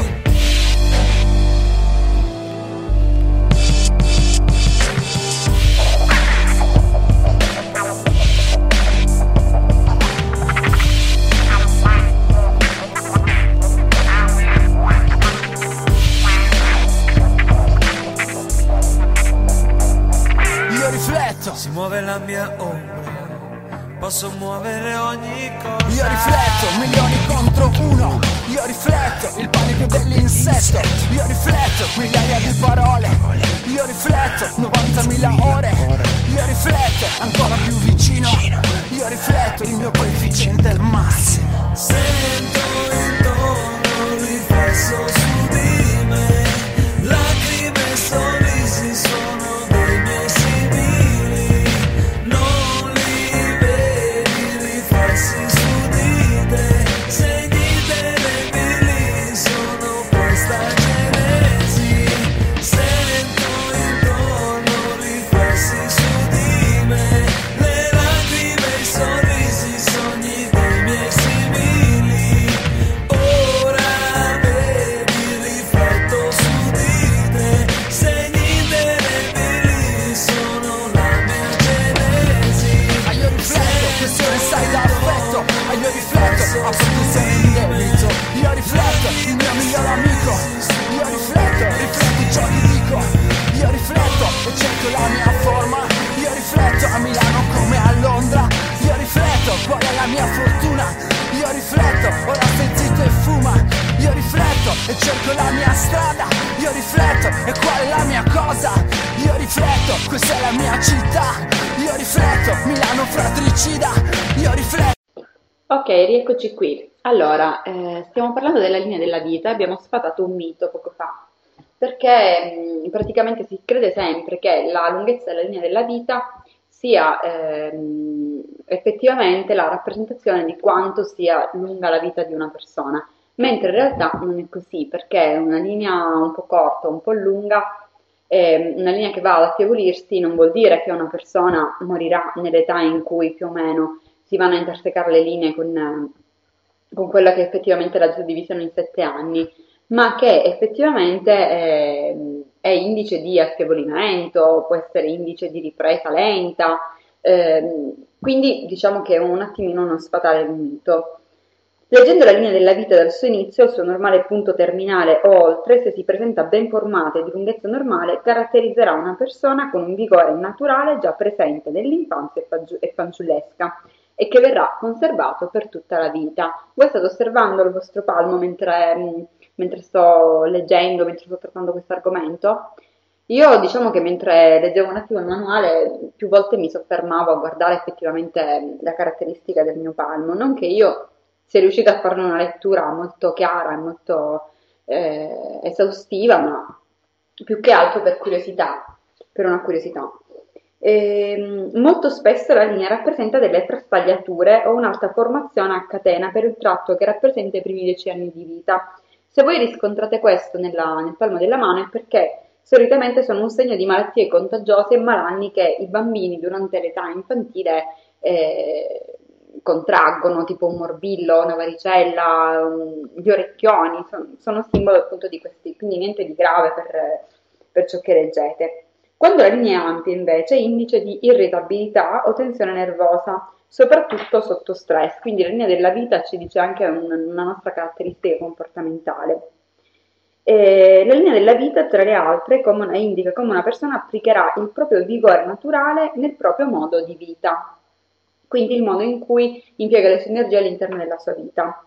Io rifletto, si muove la mia ombra, posso muovere ogni cosa. Io rifletto, milioni contro uno. Io rifletto, il panico dell'insetto. Io rifletto, migliaia di parole. Io rifletto, 90.000 ore. Io rifletto, ancora più vicino. Io rifletto, il mio coefficiente è il massimo. Sento intorno un riflesso su di me. Lacrime e sorrisi sono dei miei simili. Non li vedi riflessi su di te. Segni indelebili sono questa genesi. Sento intorno riflessi su di me. Le lacrime e i sorrisi, i sogni dei miei simili. Ora vedi, rifletto su di te. Segni indelebili sono la mia genesi. Ma io rifletto, questione sai d'affetto. Ma io rifletto, a produzione in debito. Io rifletto, il mio migliore amico. Io rifletto, rifletto ciò che dico. Io rifletto e cerco la mia forma. Io rifletto a Milano come a Londra. Io rifletto, qual è la mia fortuna. Io rifletto, ora stai zitto e fuma. Io rifletto e cerco la mia strada. Io rifletto e qual è la mia cosa. Io rifletto, questa è la mia città. Io rifletto, Milano fratricida. Io rifletto. Ok, rieccoci qui. Allora, stiamo parlando della linea della vita, abbiamo sfatato un mito poco fa, perché praticamente si crede sempre che la lunghezza della linea della vita sia effettivamente la rappresentazione di quanto sia lunga la vita di una persona, mentre in realtà non è così, perché una linea un po' corta, un po' lunga, una linea che va ad affievolirsi non vuol dire che una persona morirà nell'età in cui più o meno si vanno a intersecare le linee con quella che è effettivamente la suddivisione in 7 anni, ma che effettivamente è indice di affievolimento, può essere indice di ripresa lenta, quindi diciamo che è un attimino uno sfatare il mito. Leggendo la linea della vita dal suo inizio al suo normale punto terminale o oltre, se si presenta ben formata e di lunghezza normale, caratterizzerà una persona con un vigore naturale già presente nell'infanzia e fanciullesca e che verrà conservato per tutta la vita. Voi state osservando il vostro palmo mentre sto leggendo, mentre sto trattando questo argomento? Io diciamo che mentre leggevo un attimo il manuale, più volte mi soffermavo a guardare effettivamente la caratteristica del mio palmo, non che io sia riuscita a farne una lettura molto chiara e molto esaustiva, ma più che altro per curiosità, per una curiosità. Molto spesso la linea rappresenta delle traspagliature o un'alta formazione a catena per il tratto che rappresenta i primi 10 anni di vita. Se voi riscontrate questo nel palmo della mano è perché solitamente sono un segno di malattie contagiose e malanni che i bambini durante l'età infantile contraggono, tipo un morbillo, una varicella, gli orecchioni, sono simbolo appunto di questi, quindi niente di grave per ciò che leggete. Quando la linea è ampia invece è indice di irritabilità o tensione nervosa, soprattutto sotto stress, quindi la linea della vita ci dice anche una nostra caratteristica comportamentale. La linea della vita, tra le altre, indica come una persona applicherà il proprio vigore naturale nel proprio modo di vita, quindi il modo in cui impiega le sue energie all'interno della sua vita.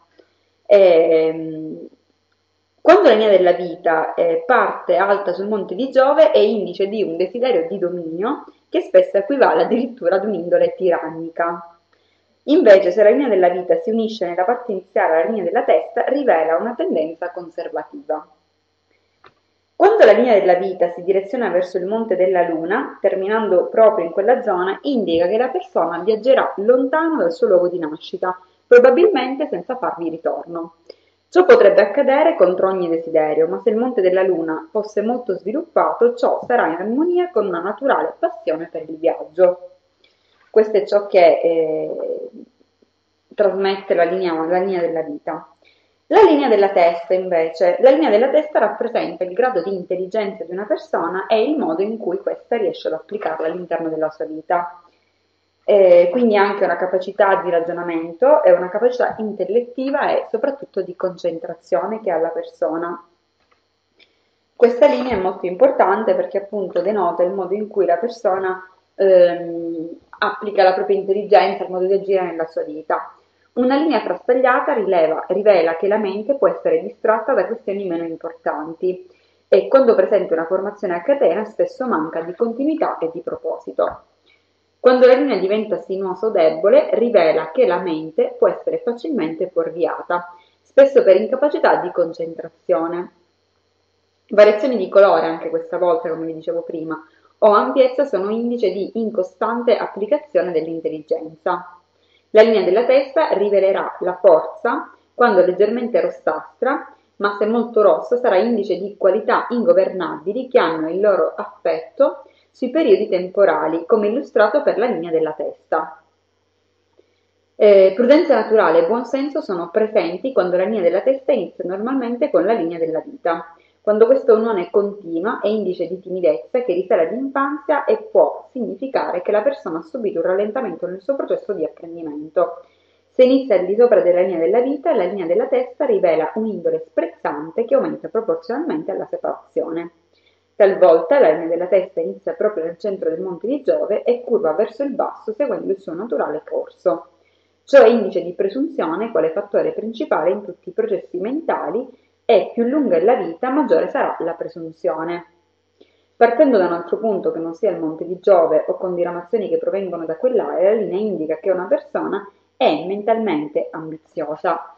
Quando la linea della vita parte alta sul monte di Giove è indice di un desiderio di dominio che spesso equivale addirittura ad un'indole tirannica. Invece, se la linea della vita si unisce nella parte iniziale alla linea della testa, rivela una tendenza conservativa. Quando la linea della vita si direziona verso il monte della Luna, terminando proprio in quella zona, indica che la persona viaggerà lontano dal suo luogo di nascita, probabilmente senza farvi ritorno. Ciò potrebbe accadere contro ogni desiderio, ma se il monte della Luna fosse molto sviluppato, ciò sarà in armonia con una naturale passione per il viaggio. Questo è ciò che trasmette la linea della vita. La linea della testa, invece, la linea della testa rappresenta il grado di intelligenza di una persona e il modo in cui questa riesce ad applicarla all'interno della sua vita. Quindi anche una capacità di ragionamento e una capacità intellettiva e soprattutto di concentrazione che ha la persona. Questa linea è molto importante perché appunto denota il modo in cui la persona applica la propria intelligenza, il modo di agire nella sua vita. Una linea frastagliata rivela che la mente può essere distratta da questioni meno importanti e quando presenta una formazione a catena spesso manca di continuità e di proposito. Quando la linea diventa sinuosa o debole, rivela che la mente può essere facilmente fuorviata, spesso per incapacità di concentrazione. Variazioni di colore anche questa volta, come vi dicevo prima, o ampiezza sono indice di incostante applicazione dell'intelligenza. La linea della testa rivelerà la forza quando leggermente rossastra, ma se molto rossa sarà indice di qualità ingovernabili che hanno il loro affetto sui periodi temporali, come illustrato per la linea della testa. Prudenza naturale e buonsenso sono presenti quando la linea della testa inizia normalmente con la linea della vita. Quando questa unione continua è indice di timidezza che risale all'infanzia e può significare che la persona ha subito un rallentamento nel suo processo di apprendimento. Se inizia al di sopra della linea della vita, la linea della testa rivela un'indole sprezzante che aumenta proporzionalmente alla separazione. Talvolta la linea della testa inizia proprio nel centro del monte di Giove e curva verso il basso seguendo il suo naturale corso. Ciò è indice di presunzione quale fattore principale in tutti i processi mentali e più lunga è la vita, maggiore sarà la presunzione. Partendo da un altro punto che non sia il monte di Giove o con diramazioni che provengono da quell'area, la linea indica che una persona è mentalmente ambiziosa.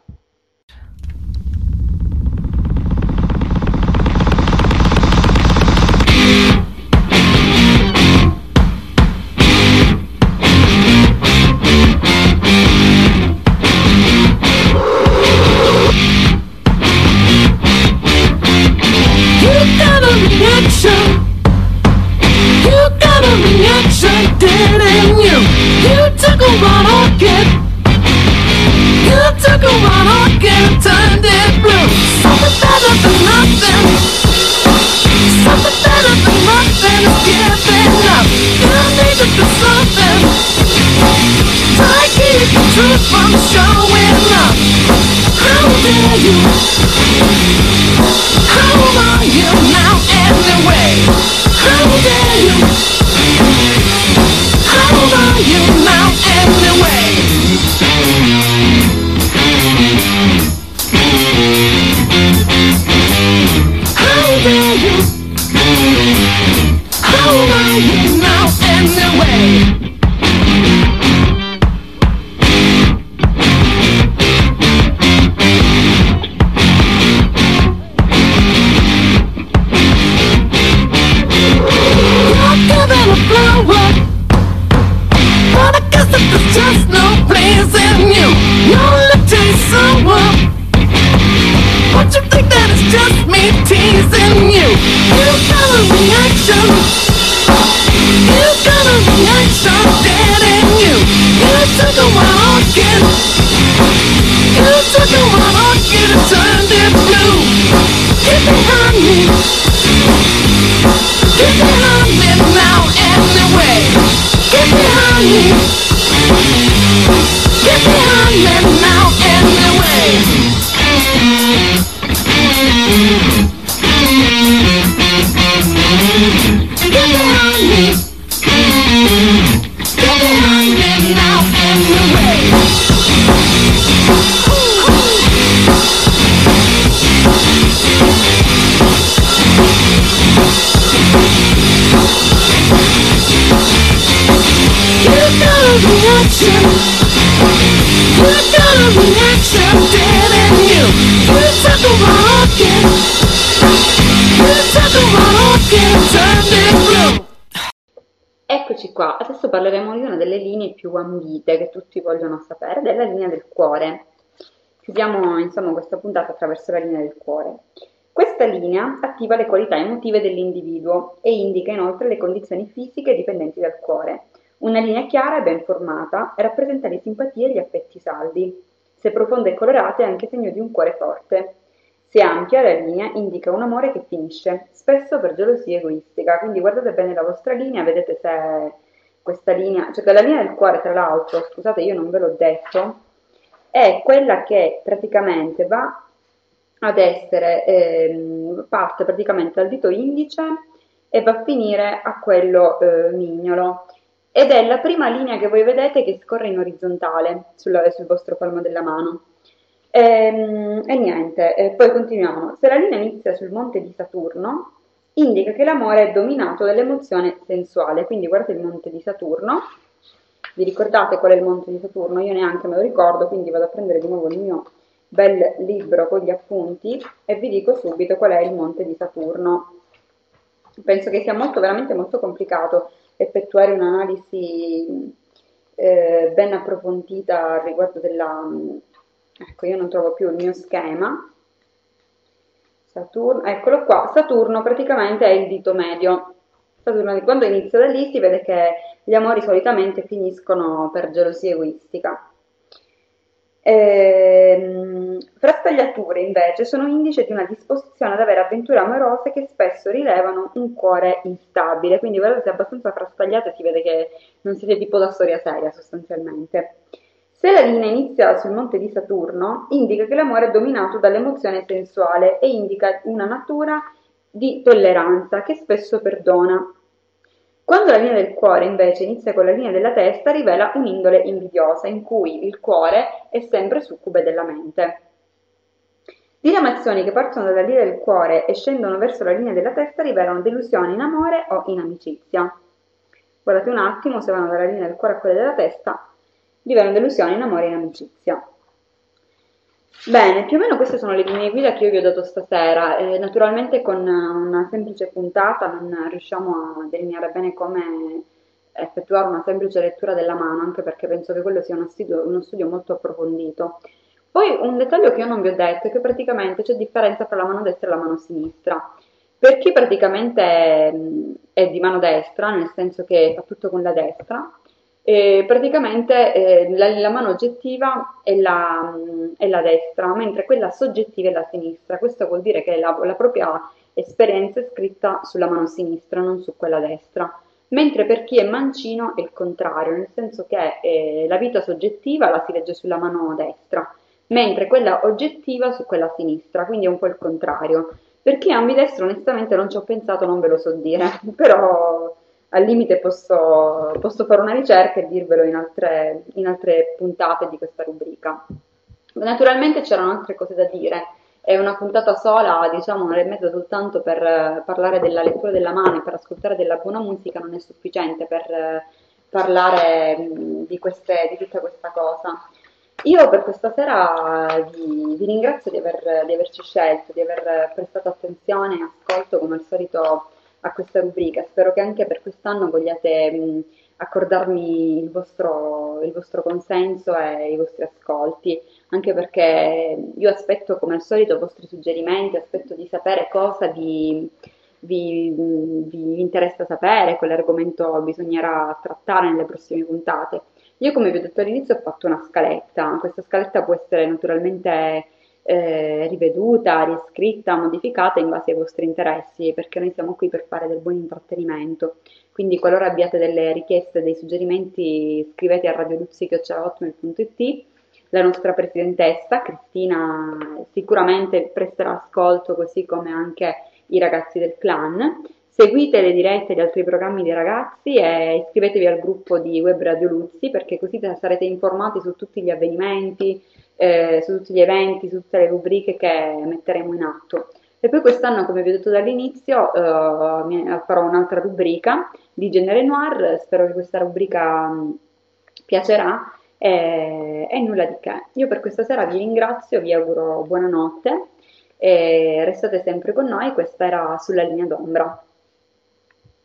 Truth from showing up. reaction. You got a reaction dead in you. You took a while again. You took a while again and turned it blue. Get behind me. Get behind me now anyway. Get behind me. Get behind me now anyway. Get behind me. Get behind me now anyway. You got a reaction. You got a reaction dead in you. You took a rocket. You took a rocket, turned it blue. Eccoci qua, adesso parleremo di una delle linee più ambite che tutti vogliono sapere, della linea del cuore. Chiudiamo insomma questa puntata attraverso la linea del cuore. Questa linea attiva le qualità emotive dell'individuo e indica inoltre le condizioni fisiche dipendenti dal cuore. Una linea chiara e ben formata rappresenta le simpatie e gli affetti saldi. Se profonda e colorata è anche segno di un cuore forte. Se ampia, la linea indica un amore che finisce, spesso per gelosia egoistica. Quindi guardate bene la vostra linea, vedete se questa linea, cioè la linea del cuore tra l'altro, scusate io non ve l'ho detto, è quella che praticamente va ad essere, parte praticamente dal dito indice e va a finire a quello mignolo. Ed è la prima linea che voi vedete che scorre in orizzontale sul vostro palmo della mano. E niente, poi continuiamo. Se la linea inizia sul monte di Saturno, indica che l'amore è dominato dall'emozione sensuale. Quindi guardate il monte di Saturno. Vi ricordate qual è il monte di Saturno? Io neanche me lo ricordo, quindi vado a prendere di nuovo il mio bel libro con gli appunti e vi dico subito qual è il monte di Saturno. Penso che sia veramente molto complicato effettuare un'analisi ben approfondita riguardo della... Ecco, io non trovo più il mio schema. Saturno, eccolo qua. Saturno praticamente è il dito medio. Saturno, quando inizia da lì si vede che gli amori solitamente finiscono per gelosia egoistica. Frastagliature invece sono indice di una disposizione ad avere avventure amorose che spesso rilevano un cuore instabile, quindi guardate se è abbastanza frastagliate si vede che non siete tipo da storia seria sostanzialmente. Se la linea inizia sul monte di Saturno, indica che l'amore è dominato dall'emozione sensuale e indica una natura di tolleranza che spesso perdona. Quando la linea del cuore invece inizia con la linea della testa, rivela un'indole invidiosa, in cui il cuore è sempre succube della mente. Diramazioni che partono dalla linea del cuore e scendono verso la linea della testa rivelano delusione in amore o in amicizia. Guardate un attimo, se vanno dalla linea del cuore a quella della testa, rivelano delusione in amore e in amicizia. Bene, più o meno queste sono le linee guida che io vi ho dato stasera. Naturalmente con una semplice puntata non riusciamo a delineare bene come effettuare una semplice lettura della mano, anche perché penso che quello sia uno studio molto approfondito. Poi un dettaglio che io non vi ho detto è che praticamente c'è differenza tra la mano destra e la mano sinistra. Per chi praticamente è di mano destra, nel senso che fa tutto con la destra, praticamente la mano oggettiva è la destra, mentre quella soggettiva è la sinistra. Questo vuol dire che la propria esperienza è scritta sulla mano sinistra, non su quella destra. Mentre per chi è mancino è il contrario, nel senso che la vita soggettiva la si legge sulla mano destra, mentre quella oggettiva su quella sinistra, quindi è un po' il contrario. Per chi è ambidestro onestamente non ci ho pensato, non ve lo so dire, però al limite posso fare una ricerca e dirvelo in altre puntate di questa rubrica. Naturalmente c'erano altre cose da dire, è una puntata sola, diciamo un'ora e mezza soltanto per parlare della lettura della mano e per ascoltare della buona musica non è sufficiente per parlare di tutta questa cosa. Io per questa sera vi ringrazio di averci scelto, di aver prestato attenzione e ascolto come al solito a questa rubrica. Spero che anche per quest'anno vogliate accordarmi il vostro consenso e i vostri ascolti, anche perché io aspetto come al solito i vostri suggerimenti, aspetto di sapere cosa vi interessa sapere, quale argomento bisognerà trattare nelle prossime puntate. Io, come vi ho detto all'inizio, ho fatto una scaletta. Questa scaletta può essere naturalmente riveduta, riscritta, modificata in base ai vostri interessi, perché noi siamo qui per fare del buon intrattenimento. Quindi, qualora abbiate delle richieste, dei suggerimenti, scrivete a radioluzzi@hotmail.it. La nostra presidentessa, Cristina, sicuramente presterà ascolto, così come anche i ragazzi del clan. Seguite le dirette di altri programmi dei ragazzi e iscrivetevi al gruppo di Web Radio Luzzi, perché così sarete informati su tutti gli avvenimenti, su tutti gli eventi, su tutte le rubriche che metteremo in atto. E poi quest'anno, come vi ho detto dall'inizio, farò un'altra rubrica di genere noir. Spero che questa rubrica piacerà, e nulla di che. Io per questa sera vi ringrazio, vi auguro buonanotte e restate sempre con noi. Questa era Sulla linea d'ombra.